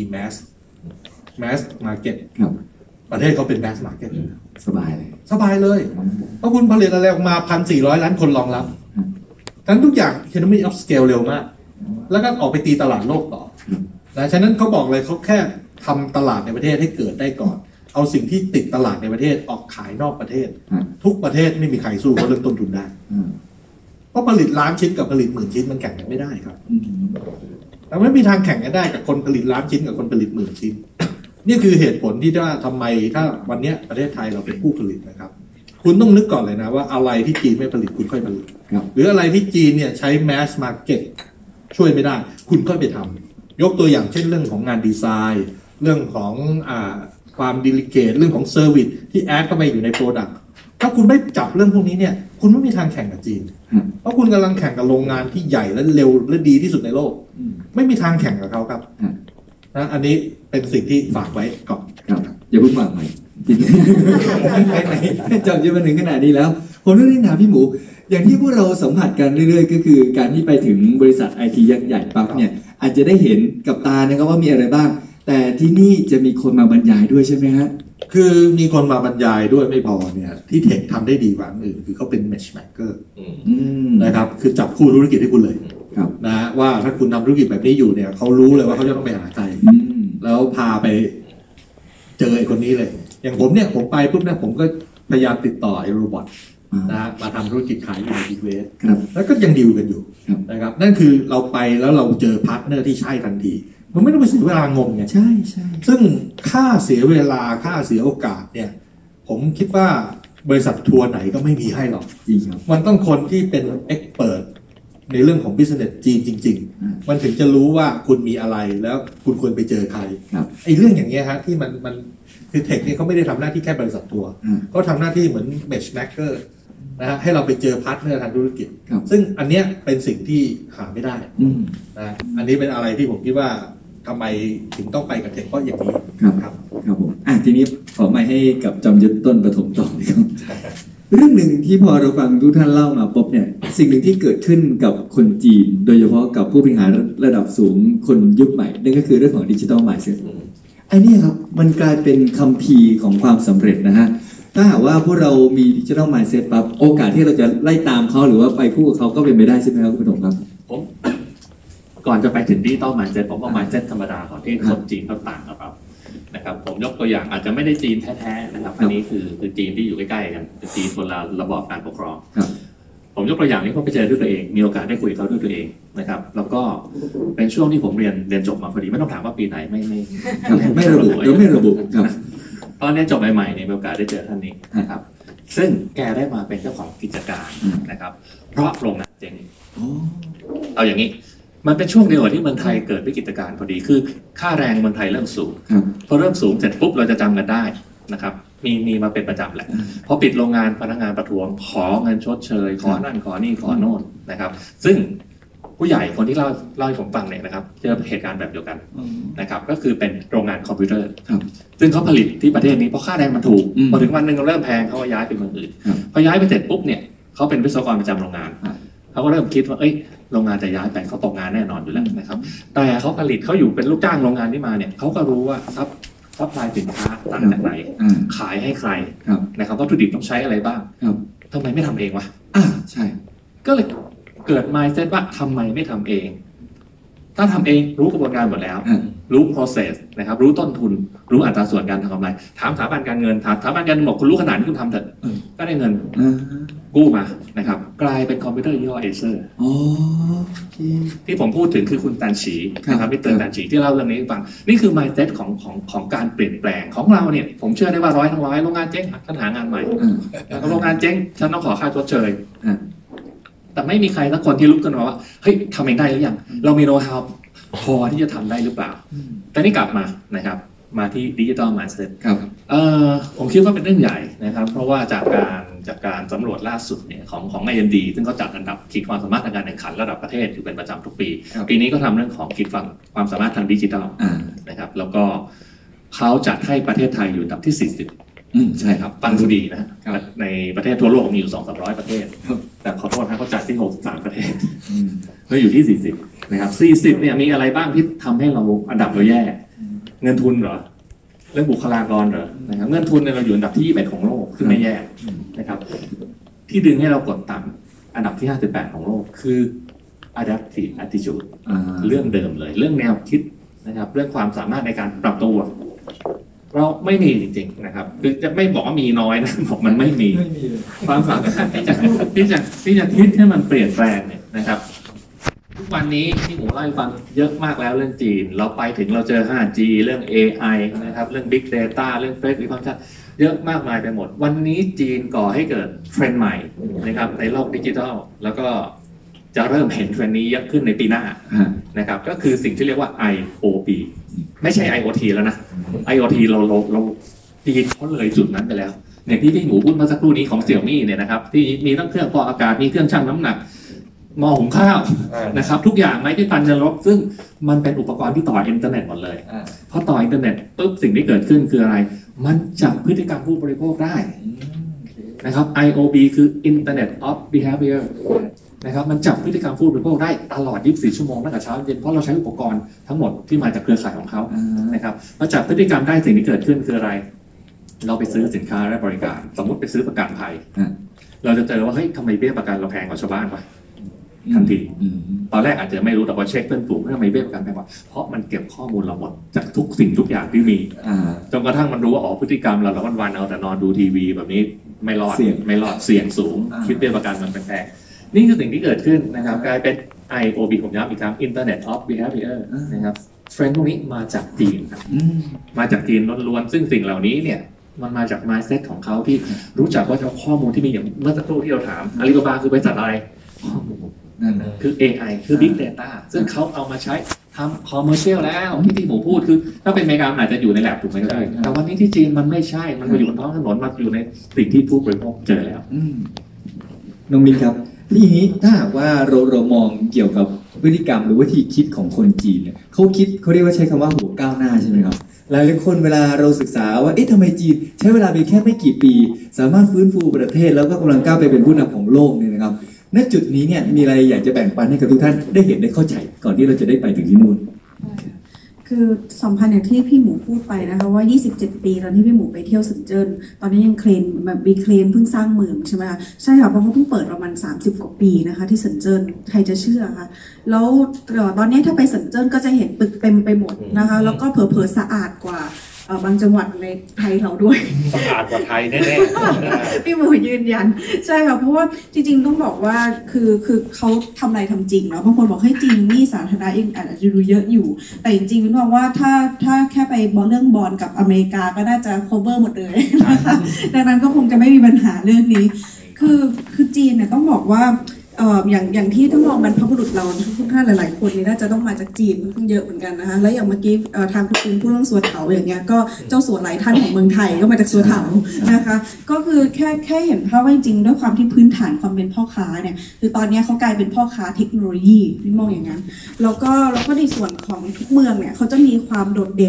mass market ครับประเทศเขาเป็น mass market สบายเลยสบายเลย เพราะคุณผลิตอะไรออกมา 1,400 ล้านคนรองรับทั้งทุกอย่าง economy of scale เร็วมาก แล้วก็ออกไปตีตลาดโลกต่อนะฉะนั้นเขาบอกเลยเขาแค่ทำตลาดในประเทศให้เกิดได้ก่อน เอาสิ่งที่ติดตลาดในประเทศออกขายนอกประเทศ ทุกประเทศไม่มีใครสู้เขาเรื่องต้นทุนได้ เพราะผลิตล้านชิ้นกับผลิต10,000 ชิ้นมันแข่งกันไม่ได้ครับแต่ไม่มีทางแข่งกันได้กับคนผลิตล้านชิ้นกับคนผลิต10,000 ชิ้น นี่คือเหตุผลที่ว่าทำไมถ้าวันนี้ประเทศไทยเราเป็นผู้ผลิตนะครับ คุณต้องนึกก่อนเลยนะว่าอะไรที่จีนไม่ผลิตคุณค่อยผลิตครับหรืออะไรที่จีนเนี่ยใช้ mass market ช่วยไม่ได้ คุณก็ไปทำยกตัวอย่างเช่นเรื่องของงานดีไซน์ เรื่องของความดิลิเกตเรื่องของเซอร์วิสที่แอดเข้าไปอยู่ในโปรดักต์ถ้าคุณไม่จับเรื่องพวกนี้เนี่ยคุณไม่มีทางแข่งกับจีน เพราะคุณกำลังแข่งกับโรงงานที่ใหญ่และเร็วและดีที่สุดในโลก ไม่มีทางแข่งกับเขาครับนะอันนี้เป็นสิ่งที่ฝากไว้ก่อนครับอย่าเพิ่งวางใหม่ไหนจำจะมาถึงขนาดนี้แล้ว ผมเรื่องถามพี่หมู อย่างที่พวกเราสัมผัสกันเรื่อยๆ ก็คือการที่ไปถึงบริษัทไอทียักษ์ใหญ่ปั๊บเนี่ยอาจจะได้เห็นกับตานะครับว่ามีอะไรบ้าง แต่ที่นี่จะมีคนมาบรรยายด้วยใช่ไหมฮะคือมีคนมาบรรยายด้วยไม่พอเนี่ยที่เทคทำได้ดีกว่าอันอื่นคือเขาเป็น matchmaker นะครับคือจับคู่ธุรกิจให้คุณเลยครับนะว่าถ้าคุณทำธุรกิจแบบนี้อยู่เนี่ยเขารู้เลยว่าเขาจะต้องไปหาใครแล้วพาไปเจอไอ้คนนี้เลย อย่างผมเนี่ยผมไปปุ๊บเนี่ยผมก็พยายามติดต่อไอ้โรบอทนะมาทำธุรกิจขายอยู่ในอีเวสครับแล้วก็ยังดีลกันอยู่ครับนะครับนั่นคือเราไปแล้วเราเจอพาร์ทเนอร์ที่ใช่ทันทีมันไม่ต้องไปเสียเวลางมไงใช่ใช่ซึ่งค่าเสียเวลาค่าเสียโอกาสเนี่ยผมคิดว่าบริษัททัวร์ไหนก็ไม่มีให้หรอกจริงครับมันต้องคนที่เป็นเอ็กเปิดในเรื่องของ business จีนจริง ๆ มันถึงจะรู้ว่าคุณมีอะไรแล้วคุณควรไปเจอใครครับไอ้เรื่องอย่างเงี้ยฮะที่มันคือเทคเนี่ยเขาไม่ได้ทำหน้าที่แค่บริษัททัวร์เขาทำหน้าที่เหมือน matchmaker นะฮะให้เราไปเจอพาร์ทเนอร์ทางธุรกิจครับซึ่งอันเนี้ยเป็นสิ่งที่หาไม่ได้ นะอันนี้เป็นอะไรที่ผมคิดว่าทำไมถึงต้องไปกับเทคเพราะอย่างนี้ครับครับครับผมทีนี้ขอไมค์ให้กับจอมยุทธต้นประถมต่อเลยครับ เรื่องหนึ่งที่พอเราฟังทุกท่านเล่ามาปุ๊บเนี่ยสิ่งหนึ่งที่เกิดขึ้นกับคนจีน โดยเฉพาะกับผู้บริหารระดับสูงคนยุคใหม่นั่นก็คือเรื่องของดิจิทัล mindset ไอ้นี่ครับมันกลายเป็นคัมภีร์ของความสำเร็จนะฮะถ้าหากว่าพวกเรามีดิจิทัล mindset ปั๊บโอกาสที่เราจะไล่ตามเขาหรือว่าไปคู่กับเขาก็เป็นไปได้ใช่ไหมครับคุณผู้ชมครับผมก่อนจะไปถึงดิจิตอลมายด์เซ็ตผมว่า mindset ธรรมดาของที่คนจีนเขาต่างกับเรานะครับผมยกตัวอย่างอาจจะไม่ได้จีนแท้ๆนะครับอันนี้คือจีนที่อยู่ใกล้ๆกันคือจีนคนละระบอบการปกครอง ผมยกตัวอย่างนี้ผมไปเจอด้วยตัวเองมีโอกาสได้คุยกับเขาด้วยตัวเองนะครับแล้วก็เป็นช่วงที่ผมเรียนจบมาพอดีไม่ต้องถามว่าปีไหนไม่ระบุครับตอนนี้จบใหม่ๆเนี่ยมีโอกาสได้เจอท่านนี้นะครับซึ่งแกได้มาเป็นเจ้าของกิจการนะครับเพราะโรงงานเจ๊งเอาอย่างนี้มันเป็นช่วงเดียวกับที่เมืองไทยเกิดวิกฤตการณ์พอดีคือค่าแรงเมืองไทยเริ่มสูงพอเริ่มสูงเสร็จปุ๊บเราจะจำกันได้นะครับมีมาเป็นประจำแหละพอปิดโรงงานพนักงานประท้วงขอเงินชดเชยขอนั่นขอนี่ขอโน่นนะครับซึ่งผู้ใหญ่คนที่เล่าให้ผมฟังเนี่ยนะครับเจอเหตุการณ์แบบเดียวกันนะครับก็คือเป็นโรงงานคอมพิวเตอร์ซึ่งเขาผลิตที่ประเทศนี้เพราะค่าแรงมันถูกพอถึงวันหนึ่งเริ่มแพงเขาก็ย้ายไปเมืองอื่นพอย้ายไปเสร็จปุ๊บเนี่ยเขาเป็นวิศวกรประจำโรงงานเขาก็เริ่มคิดว่าเอ้ยโรงงานจะย้ายไปเขาตกงานแน่นอนอยู่แล้วนะครับแต่เขาผลิตเขาอยู่เป็นลูกจ้างโรงงานที่มาเนี่ยเขาก็รู้ว่าซัพพลายสินค้าต่างจากไหนขายให้ใครนะครับวัตถุดิบต้องใช้อะไรบ้างทำไมไม่ทำเองวะใช่ก็เลยเกิด mindset ว่าทำไมไม่ทำเองถ้าทำเองรู้กระบวนการหมดแล้วรู้ process นะครับรู้ต้นทุนรู้อัตราส่วนการทำกำไรถามสถาบันการเงินถามสถาบันการเงินบอกคุณรู้ขนาดที่คุณทำเถอะก็ได้เงินกู้มานะครับกลายเป็นคอมพิวเตอร์ยี่ห้อเอเซอร์ที่ผมพูดถึงคือคุณตันฉีนะครับมิสเตอร์ตันฉีที่เล่าเรื่องนี้ให้ฟังนี่คือ mindset ของการเปลี่ยนแปลงของเราเนี่ยผมเชื่อได้ว่า100 ทั้ง 100โรงงานเจ๊งฉันหางานใหม่โรงงานเจ๊งฉันต้องขอค่าชดเชยแต่ไม่มีใครสักคนที่ลุกขึ้นมาว่าเฮ้ยทำเองได้หรือยังเรามีโน้ตฮาวพอที่จะทำได้หรือเปล่าแต่นี่กลับมานะครับมาที่ Digital Mindset ผมคิดว่าเป็นเรื่องใหญ่นะครับเพราะว่าจากการสำรวจล่าสุดเนี่ยของ IMD ซึ่งเขาจัดอันดับขีดความสามารถทางการแข่งขันระดับประเทศอยู่เป็นประจำทุกปีปีนี้ก็ทำเรื่องของขีดความสามารถทางดิจิทัลนะครับแล้วก็เขาจัดให้ประเทศไทยอยู่อันดับที่40ใช่ครับฟังดูดีนะในประเทศทั่วโลกมีอยู่ 200-300 ประเทศแต่ขอโทษนะเขาจัดที่63 ประเทศเราอยู่ที่40นะครับ40เนี่ยมีอะไรบ้างที่ทำให้เราอันดับเราแย่เงินทุนเหรอเรื่องบุคลากรเหรอนะครับเงินทุนเนี่ยเราอยู่อันดับที่21ของโลกซึ่งไม่แย่นะครับที่ดึงให้เรากดต่ำอันดับที่58ของโลกคือ adaptive attitude เรื่องเดิมเลยเรื่องแนวคิดนะครับเรื่องความสามารถในการปรับตัวเราไม่มีจริงๆนะครับคือจะไม่บอกว่ามีน้อยนะบอกมันไม่มีความสามารถที่จะคิดให้มันเปลี่ยนแปลงเนี่ยนะครับทุกวันนี้ที่ผมเล่าให้ฟังเยอะมากแล้วเรื่องจีนเราไปถึงเราเจอ 5G เรื่อง AI นะครับเรื่อง Big Data เรื่อง Face Recognition เยอะมากมายไปหมดวันนี้จีนก่อให้เกิดเทรนด์ใหม่นะครับในโลกดิจิทัลแล้วก็จะเริ่มเห็นเทรนด์นี้เยอะขึ้นในปีหน้านะครับก็คือสิ่งที่เรียกว่า IoT ไม่ใช่ IoT แล้วนะ IoT เราจีนเขาเลยจุดนั้นไปแล้วอย่างที่พี่หมูพูดเมื่อสักครู่นี้ของเสี่ยวมี่เนี่ยนะครับที่มีทั้งเครื่องฟอกอากาศมีเครื่องชั่งน้ำหนักหม้อหุงข้าวนะครับทุกอย่างไม่ได้ตันจะลบซึ่งมันเป็นอุปกรณ์ที่ต่ออินเทอร์เน็ตหมดเลยพอต่ออินเทอร์เน็ตปุ๊บสิ่งที่เกิดขึ้นคืออะไรมันจับพฤติกรรมผู้บริโภคได้นะครับ IOB คือ Internet of Behavior นะครับมันจับพฤติกรรมผู้บริโภคได้ตลอด24 ชั่วโมงตั้งแต่เช้าเย็นเพราะเราใช้อุปกรณ์ทั้งหมดที่มาจากเครือข่ายของเขานะครับพอจับพฤติกรรมได้สิ่งที่เกิดขึ้นคืออะไรเราไปซื้อสินค้าและบริการสมมติไปซื้อประกันภัยเราจะเจอว่าเฮ้ยทำไมเบี้ยประกันเราแพงกว่าชาวบ้านวะทันทีตอนแรกอาจจะไม่รู้แต่ว่าเช็คเพื่อนฝูงว่าทำไมเบี้ยประกันแพงกว่าเพราะมันเก็บข้อมูลเราหมดจากทุกสิ่งทุกอย่างที่มีจนกระทั่งมันรู้ว่าอ๋อพฤติกรรมเราวันๆเอาแต่นอนดูทีวีแบบนี้ไม่รอดเสี่ยงสูงคิดเบี้ยประกันมันแพงนี่คือสิ่งที่เกิดขึ้นนะครับกลายเป็น IOB ผมย้ำอีกครั้ง Internet of Behavior นะครับเทรนด์พวกนี้มาจากจีนครับมาจากจีนล้วนๆซึ่งสิ่งเหล่านี้เนี่ยมันมาจาก mindset ของเขาที่รู้จักว่าข้อมูลที่มีอย่างเมื่อสักครู่ที่เราถามอาลีบาบาคือบริษัทอะไรคือ AI คือ Big Data ซึ่งเขาเอามาใช้ทำ commercial แล้วที่หมูพูดคือถ้าเป็นอเมริกาอาจจะอยู่ในแลบถูกไหมครับแต่วันนี้ที่จีนมันไม่ใช่มันมาอยู่บนท้องถนนมาอยู่ในสิ่งที่ผู้บริโภคเจอแล้วน้องมินครับทีนี้ถ้าหากว่าเรามองเกี่ยวกับพฤติกรรมหรือวิธีคิดของคนจีนเนี่ยเขาเรียกว่าใช้คำว่าหัวก้าวหน้าใช่ไหมครับหลายคนเวลาเราศึกษาว่าเอ๊ะทำไมจีนใช้เวลาเพียงแค่ไม่กี่ปีสามารถฟื้นฟูประเทศแล้วก็กำลังก้าวไปเป็นผู้นำของโลกเนี่ยนะครับณจุดนี้เนี่ยมีอะไรอยากจะแบ่งปันให้กับทุกท่านได้เห็นได้เข้าใจก่อนที่เราจะได้ไปถึงที่นู่นคือสัมพันธ์อย่างที่พี่หมูพูดไปนะคะว่า27 ปีตอนที่พี่หมูไปเที่ยวเซินเจิ้นตอนนี้ยังเคลนแบบมีเคลนเพิ่งสร้างเมืองใช่ไหมคะใช่ค่ะเพราะเขาเพิ่งเปิดประมาณ30 กว่าปีนะคะที่เซินเจิ้นใครจะเชื่อคะแล้วตอนนี้ถ้าไปเซินเจิ้นก็จะเห็นตึกเต็มไปหมดนะคะแล้วก็เผลอๆสะอาดกว่าบางจังหวัดในไทยเราด้วยสะอาดกว่าไทยแน่ๆพี่หมูยืนยันใช่ค่ะเพราะว่าจริงๆต้องบอกว่าคือเขาทำอะไรทำจริงเนาะบางคนบอกให้จริงนี่สาธารณะเองอาจจะดูเยอะอยู่แต่จริงๆต้องบอกว่าถ้าแค่ไปเรื่องบอลกับอเมริกาก็น่าจะ cover หมดเลยนะคะดังนั้นก็คงจะไม่มีปัญหาเรื่องนี้คือจีนเนี่ยต้องบอกว่าอย่างที่ต้องมองบรรพบุรุษเราทุกท่านหลายๆคนนี่น่าจะต้องมาจากจีนเยอะเหมือนกันนะคะแล้วอย่างเมื่อกี้ทางคุณพูดเรื่องสัวเถาอย่างเงี้ยก็เจ้าสัวหลายท่านของเมืองไทยก็มาจากสัวเถานะคะก็คือแค่เห็นภาพว่าจริงๆด้วยความที่พื้นฐานความเป็นพ่อค้าเนี่ยคือตอนนี้เขากลายเป็นพ่อค้าเทคโนโลยีที่มองอย่างนั้นแล้วก็ในส่วนของทุกเมืองเนี่ยเขาจะมีความโดดเด่น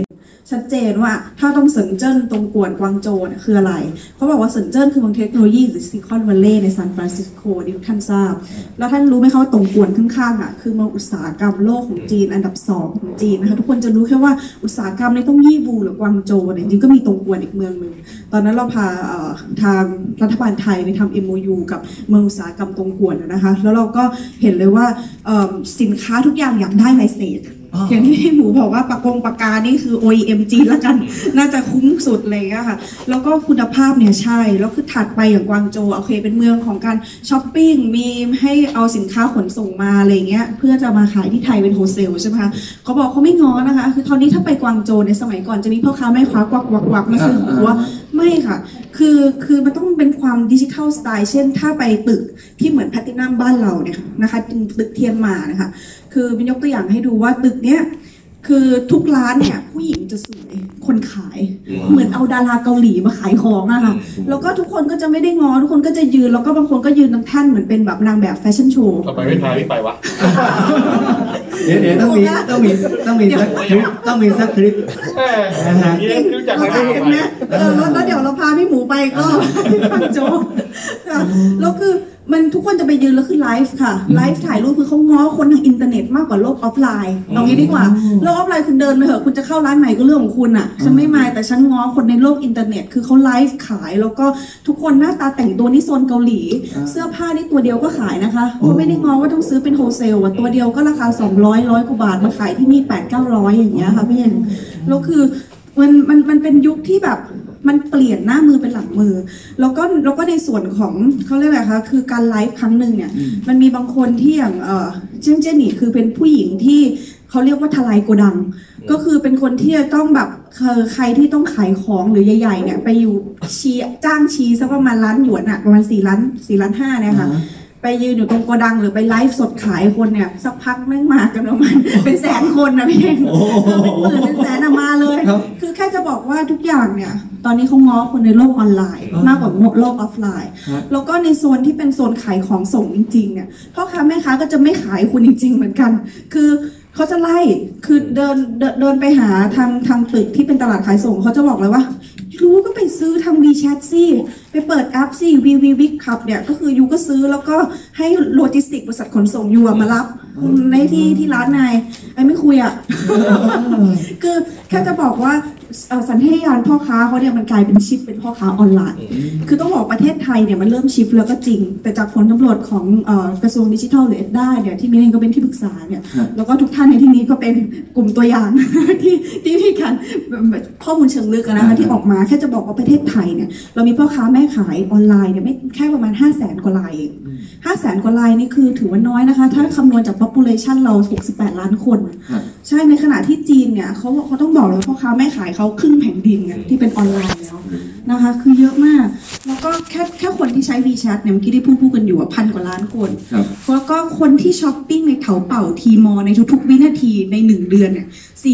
ชัดเจนว่าถ้าต้องเซินเจิ้นตรงกวนกวางโจวเนี่ยคืออะไรเขาบอกว่าเซินเจิ้นคือเมืองเทคโนโลยีหรือซิลิคอนวัลเลย์ในซานฟรานซิสโกที่ทุกท่านทราบแล้วท่านรู้ไหมคะว่าตรงกวนข้างๆอ่ะคือเมืองอุตสาหกรรมโลกของจีนอันดับ2ของจีนนะคะทุกคนจะรู้แค่ว่าอุตสาหกรรมในต้องยี่บูหรือกวางโจวเนี่ยจริงก็มีตรงกวนอีกเมืองนึงตอนนั้นเราพาทางรัฐบาลไทยไปทำ MOU กับเมืองอุตสาหกรรมตรงกวนนะคะแล้วเราก็เห็นเลยว่าสินค้าทุกอย่างอยากได้ไลเซนส์อย่างที่พี่หมูบอกว่าปากกานี่คือ OEM จีนแล้วกันน่าจะคุ้มสุดเลยอะค่ะแล้วก็คุณภาพเนี่ยใช่แล้วคือถัดไปอย่างกวางโจวโอเคเป็นเมืองของการช้อปปิ้งมีให้เอาสินค้าขนส่งมาอะไรเงี้ยเพื่อจะมาขายที่ไทยเป็นโฮเซลใช่ไหมคะเขาบอกเขาไม่ง้อนะคะคือตอนนี้ถ้าไปกวางโจวในสมัยก่อนจะมีพ่อค้าแม่ค้ากวักมาซื้อของว่าไม่ค่ะคือมันต้องเป็นความดิจิทัลสไตล์เช่นถ้าไปตึกที่เหมือนแพลตินัมบ้านเราเนี่ยนะคะตึกเทียนมานะคะคือเป็นยกตัวอย่างให้ดูว่าตึกเนี้ยคือทุกร้านเนี่ยผู้หญิงจะสวยคนขายเหมือนเอาดาราเกาหลีมาขายของอะค่ะแล้วก็ทุกคนก็จะไม่ได้ง้อทุกคนก็จะยืนแล้วก็บางคนก็ยืนตรงแท่นเหมือนเป็นแบบนางแบบแฟชั่นโชว์ทำไมไม่พาพี่ไปวะเดี๋ยวต้องมีสักคลิปต้องมีสักคลิปเราจัดกันนะแล้วเดี๋ยวเราพาพี่หมูไปก็ฟังโจ๊กแล้วคือมันทุกคนจะไปยืนแล้วคือไลฟ์ค่ะไลฟ์ถ่ายรูปคือเขาง้อคนทางอินเทอร์เน็ตมากกว่าโลกออฟไลน์เอางี้ดีกว่าโลกออฟไลน์คุณเดินไปเถอะคุณจะเข้าร้านไหนก็เรื่องของคุณอ่ะฉันไม่มาแต่ฉันง้อคนในโลกอินเทอร์เน็ตคือเขาไลฟ์ขายแล้วก็ทุกคนหน้าตาแต่งตัวนี่โซนเกาหลีเสื้อผ้านี่ตัวเดียวก็ขายนะคะเขาไม่ได้ง้อว่าต้องซื้อเป็นโฮเซลตัวเดียวก็ราคา200 กว่าบาทมาขายที่นี่800-900อย่างเงี้ยค่ะพี่เอ็นแล้วคือมันเป็นยุคที่แบบมันเปลี่ยนหน้ามือเป็นหลังมือแล้วก็ในส่วนของเขาเรียกอะไรคะคือการไลฟ์ครั้งหนึ่งเนี่ยมันมีบางคนที่อย่างเจ้าหนี่คือเป็นผู้หญิงที่เขาเรียกว่าทลายโกดังก็คือเป็นคนที่จะต้องแบบใครที่ต้องขายของหรือใหญ่ๆเนี่ยไปอยู่จ้างชีสักประมาณล้านหยวนอะประมาณ4 ล้าน5เนี่ยค่ะไปยืนอยู่ตรงโกดังหรือไปไลฟ์สดขายคนเนี่ยสักพักแม่งมากันประมาณเป็นแสนคนนะพี่เป็นหมื่นเป็นแสนมาเลยคือแค่จะบอกว่าทุกอย่างเนี่ยตอนนี้เขาง้อคนในโลกออนไลน์มากกว่าโลกออฟไลน์แล้วก็ในโซนที่เป็นโซนขายของส่งจริงๆเนี่ยพ่อค้าแม่ค้าก็จะไม่ขายคุณจริงๆเหมือนกันคือเขาจะไล่คือเดินไปหาทางตึกที่เป็นตลาดขายส่งเขาจะบอกเลยว่ายูก็ไปซื้อทำ WeChat สิไปเปิดแอปสิ วิกขับเนี่ยก็คือยูก็ซื้อแล้วก็ให้โลจิสติกบริษัทขนส่งยูมารับในที่ร้านนายไอ้ไม่คุยอ่ะ คือแค่จะบอกว่าสัญชาตญาณพ่อค้าเขาเนี่ยมันกลายเป็นชิปเป็นพ่อค้าออนไลน์คือต้องบอกประเทศไทยเนี่ยมันเริ่มชิปแล้วก็จริงแต่จากผลสำรวจของกระทรวงดิจิทัลหรือEDDAเนี่ยที่มิ้นเองก็เป็นที่ปรึกษาเนี่ยแล้วก็ทุกท่านในที่นี้ก็เป็นกลุ่มตัวอย่าง ที่มีการข้อมูลเชิงลึกนะคะที่ออกมาแค่จะบอกว่าประเทศไทยเนี่ยเรามีพ่อค้าแม่ขายออนไลน์เนี่ยไม่แค่ประมาณ 500,000 กว่ารายเอง500,000 กว่ารายนี่คือถือว่าน้อยนะคะถ้าคำนวณจาก population เรา68 ล้านคนใช่ในขณะที่จีนเนี่ยเขาต้องบอกเลยพ่อค้าแม่ขายเขาครึ่งแผ่นดินเนี่ยที่เป็นออนไลน์แล้วนะคะคือเยอะมากแล้วก็แค่คนที่ใช้ WeChat เนี่ยเมื่อกี้ที่พูดกันอยู่1,000 กว่าล้านคนแล้วก็คนที่ช้อปปิ้งในเถาเป่าทีมอในทุกๆวินาทีใน1 เดือนเนี่ย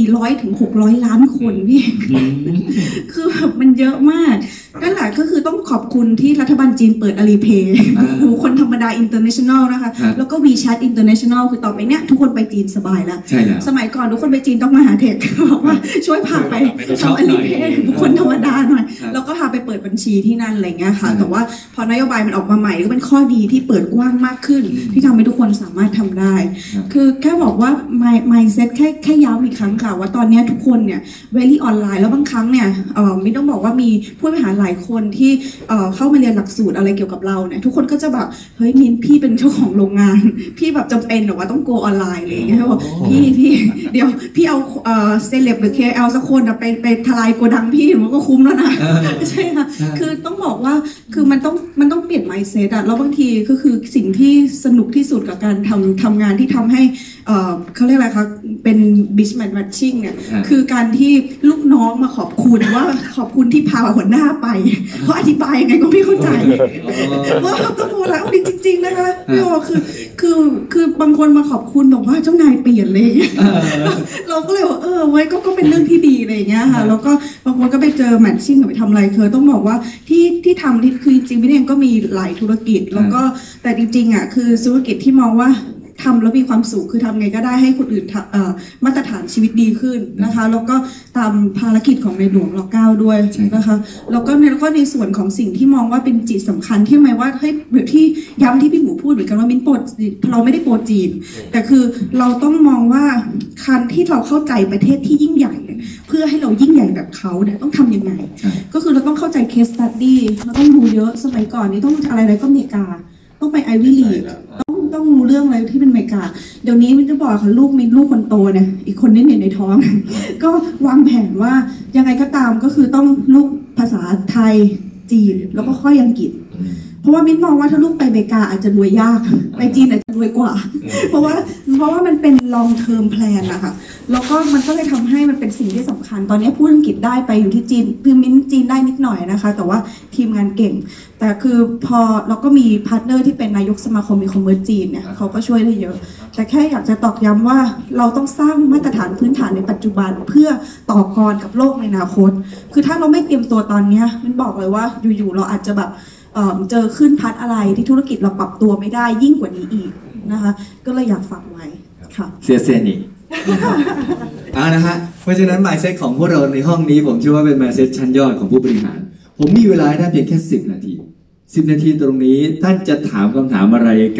400-600 ล้านคนพี่ คือแบบมันเยอะมากนั่นแหละก็คือต้องขอบคุณที่รัฐบาลจีนเปิด Alipay คนธรรมดา international นะคะแล้วก็ WeChat international คือต่อไปเนี่ยทุกคนไปจีนสบายแล้วสมัยก่อนทุกคนไปจีนต้องมาหาเทคบอกว่าช่วยพาไปทำ Alipay บุคคลธรรมดาหน่อยแล้วก็พาไปเปิดบัญชีที่นั่นอะไรเงี้ยค่ะแต่ว่าพอนโยบายมันออกมาใหม่ก็เป็นข้อดีที่เปิดกว้างมากขึ้นที่ทำให้ทุกคนสามารถทำได้คือแค่บอกว่า mindset แค่ย้ำอีกครั้งค่ะว่าตอนนี้ทุกคนเนี่ย very ออนไลน์แล้วบางครั้งเนี่ยไม่ต้องบอกว่ามีผู้บริหารหลายคนที่เข้ามาเรียนหลักสูตรอะไรเกี่ยวกับเราเนี่ยทุกคนก็จะแบบเฮ้ยมิ้นพี่เป็นเจ้าของโรงงานพี่แบบจำเป็นหรือว่าต้อง go ออนไลน์อะไรอย่างเงี้ยบอกพี่เดี๋ยวพี่เอาเซเลบหรือ KL สักคนไปทลายโกดังพี่มันก็คุ้มแล้วนะใช่ค่ะคือต้องบอกว่าคือมันต้องเปลี่ยน mindset อะแล้วบางทีก็คือสิ่งที่สนุกที่สุดกับการทำงานที่ทำให้เขาเรียกอะไรคะเป็น business matching เนี่ยคือการที่ลูกน้องมาขอบคุณว่าขอบคุณที่พาหัวหน้าไปเพราะอธิบายยังไงก็ไม่เข้าใจว่าต้องพูดแล้วจริงๆนะคะพี่โอคือบางคนมาขอบคุณบอกว่าเจ้านายเปลี่ยนเลยเราก็เลยว่าไว้ก็เป็นเรื่องที่ดีอะไรอย่างเงี้ยค่ะแล้วก็บางคนก็ไปเจอแมทชิ่งกับไปทำอะไรต้องบอกว่าที่ทำที่คือจริงๆพี่เองก็มีหลายธุรกิจแล้วก็แต่จริงๆอ่ะคือธุรกิจที่มองว่าทำแล้วมีความสุขคือทำไงก็ได้ให้คนอื่นมาตรฐานชีวิตดีขึ้นนะคะแล้วก็ตามภารกิจของในหลวงรัชกาลที่ 9ด้วยนะคะแล้วก็ในส่วนของสิ่งที่มองว่าเป็นจิตสำคัญที่หมายว่าให้แบบที่ย้ำที่พี่หมูพูดเหมือนกันว่ามิ้นโปรเราไม่ได้โปรจีนแต่คือเราต้องมองว่าการที่เราเข้าใจประเทศที่ยิ่งใหญ่เพื่อให้เรายิ่งใหญ่แบบเขาเนี่ยต้องทำยังไงก็คือเราต้องเข้าใจ case study เราต้องดูเยอะสมัยก่อนนี้ต้องอะไรก็อเมริกาต้องไปไอวี่ลีกต้องรู้เรื่องอะไรที่เป็นอเมริกาเดี๋ยวนี้มิ้นจะบอกค่ะลูกมิ้นลูกคนโตเนี่ยอีกคนนี่ในท้อง ก็วางแผนว่ายังไงก็ตามก็คือต้องลูกภาษาไทยจีนแล้วก็ค่อยอังกฤษเพราะว่ามิ้นมองว่าถ้าลูกไปอเมริกาอาจจะรวยยากไปจีนอาจจะรวยกว่าเพราะว่ามันเป็น long term plan นะคะแล้วก็มันก็เลยทำให้มันเป็นสิ่งที่สำคัญตอนนี้พูดอังกฤษได้ไปอยู่ที่จีนคือมิ้นจีนได้นิดหน่อยนะคะแต่ว่าทีมงานเก่งแต่คือพอเราก็มีพาร์ทเนอร์ที่เป็นนายกสมาคมอีคอมเมิร์ซจีนเนี่ยเขาก็ช่วยได้เยอะแต่แค่อยากจะตอกย้ำว่าเราต้องสร้างมาตรฐานพื้นฐานในปัจจุบันเพื่อต่อกรกับโลกในอนาคตคือถ้าเราไม่เตรียมตัวตอนนี้มิ้นบอกเลยว่าอยู่ๆเราอาจจะแบบเจอขึ้นพัดอะไรที่ธุรกิจเราปรับตัวไม่ได้ยิ่งกว่านี้อีกนะคะก็เลยอยากฝากไว้ค่ะเสียเซนอีกนะฮะเพราะฉะนั้น mindset ของพวกเราในห้องนี้ผมเชื่อว่าเป็น mindset ชั้นยอดของผู้บริหารผมมีเวลาให้ท่านเพียงแค่10 นาที10 นาทีตรงนี้ท่านจะถามคำถามอะไร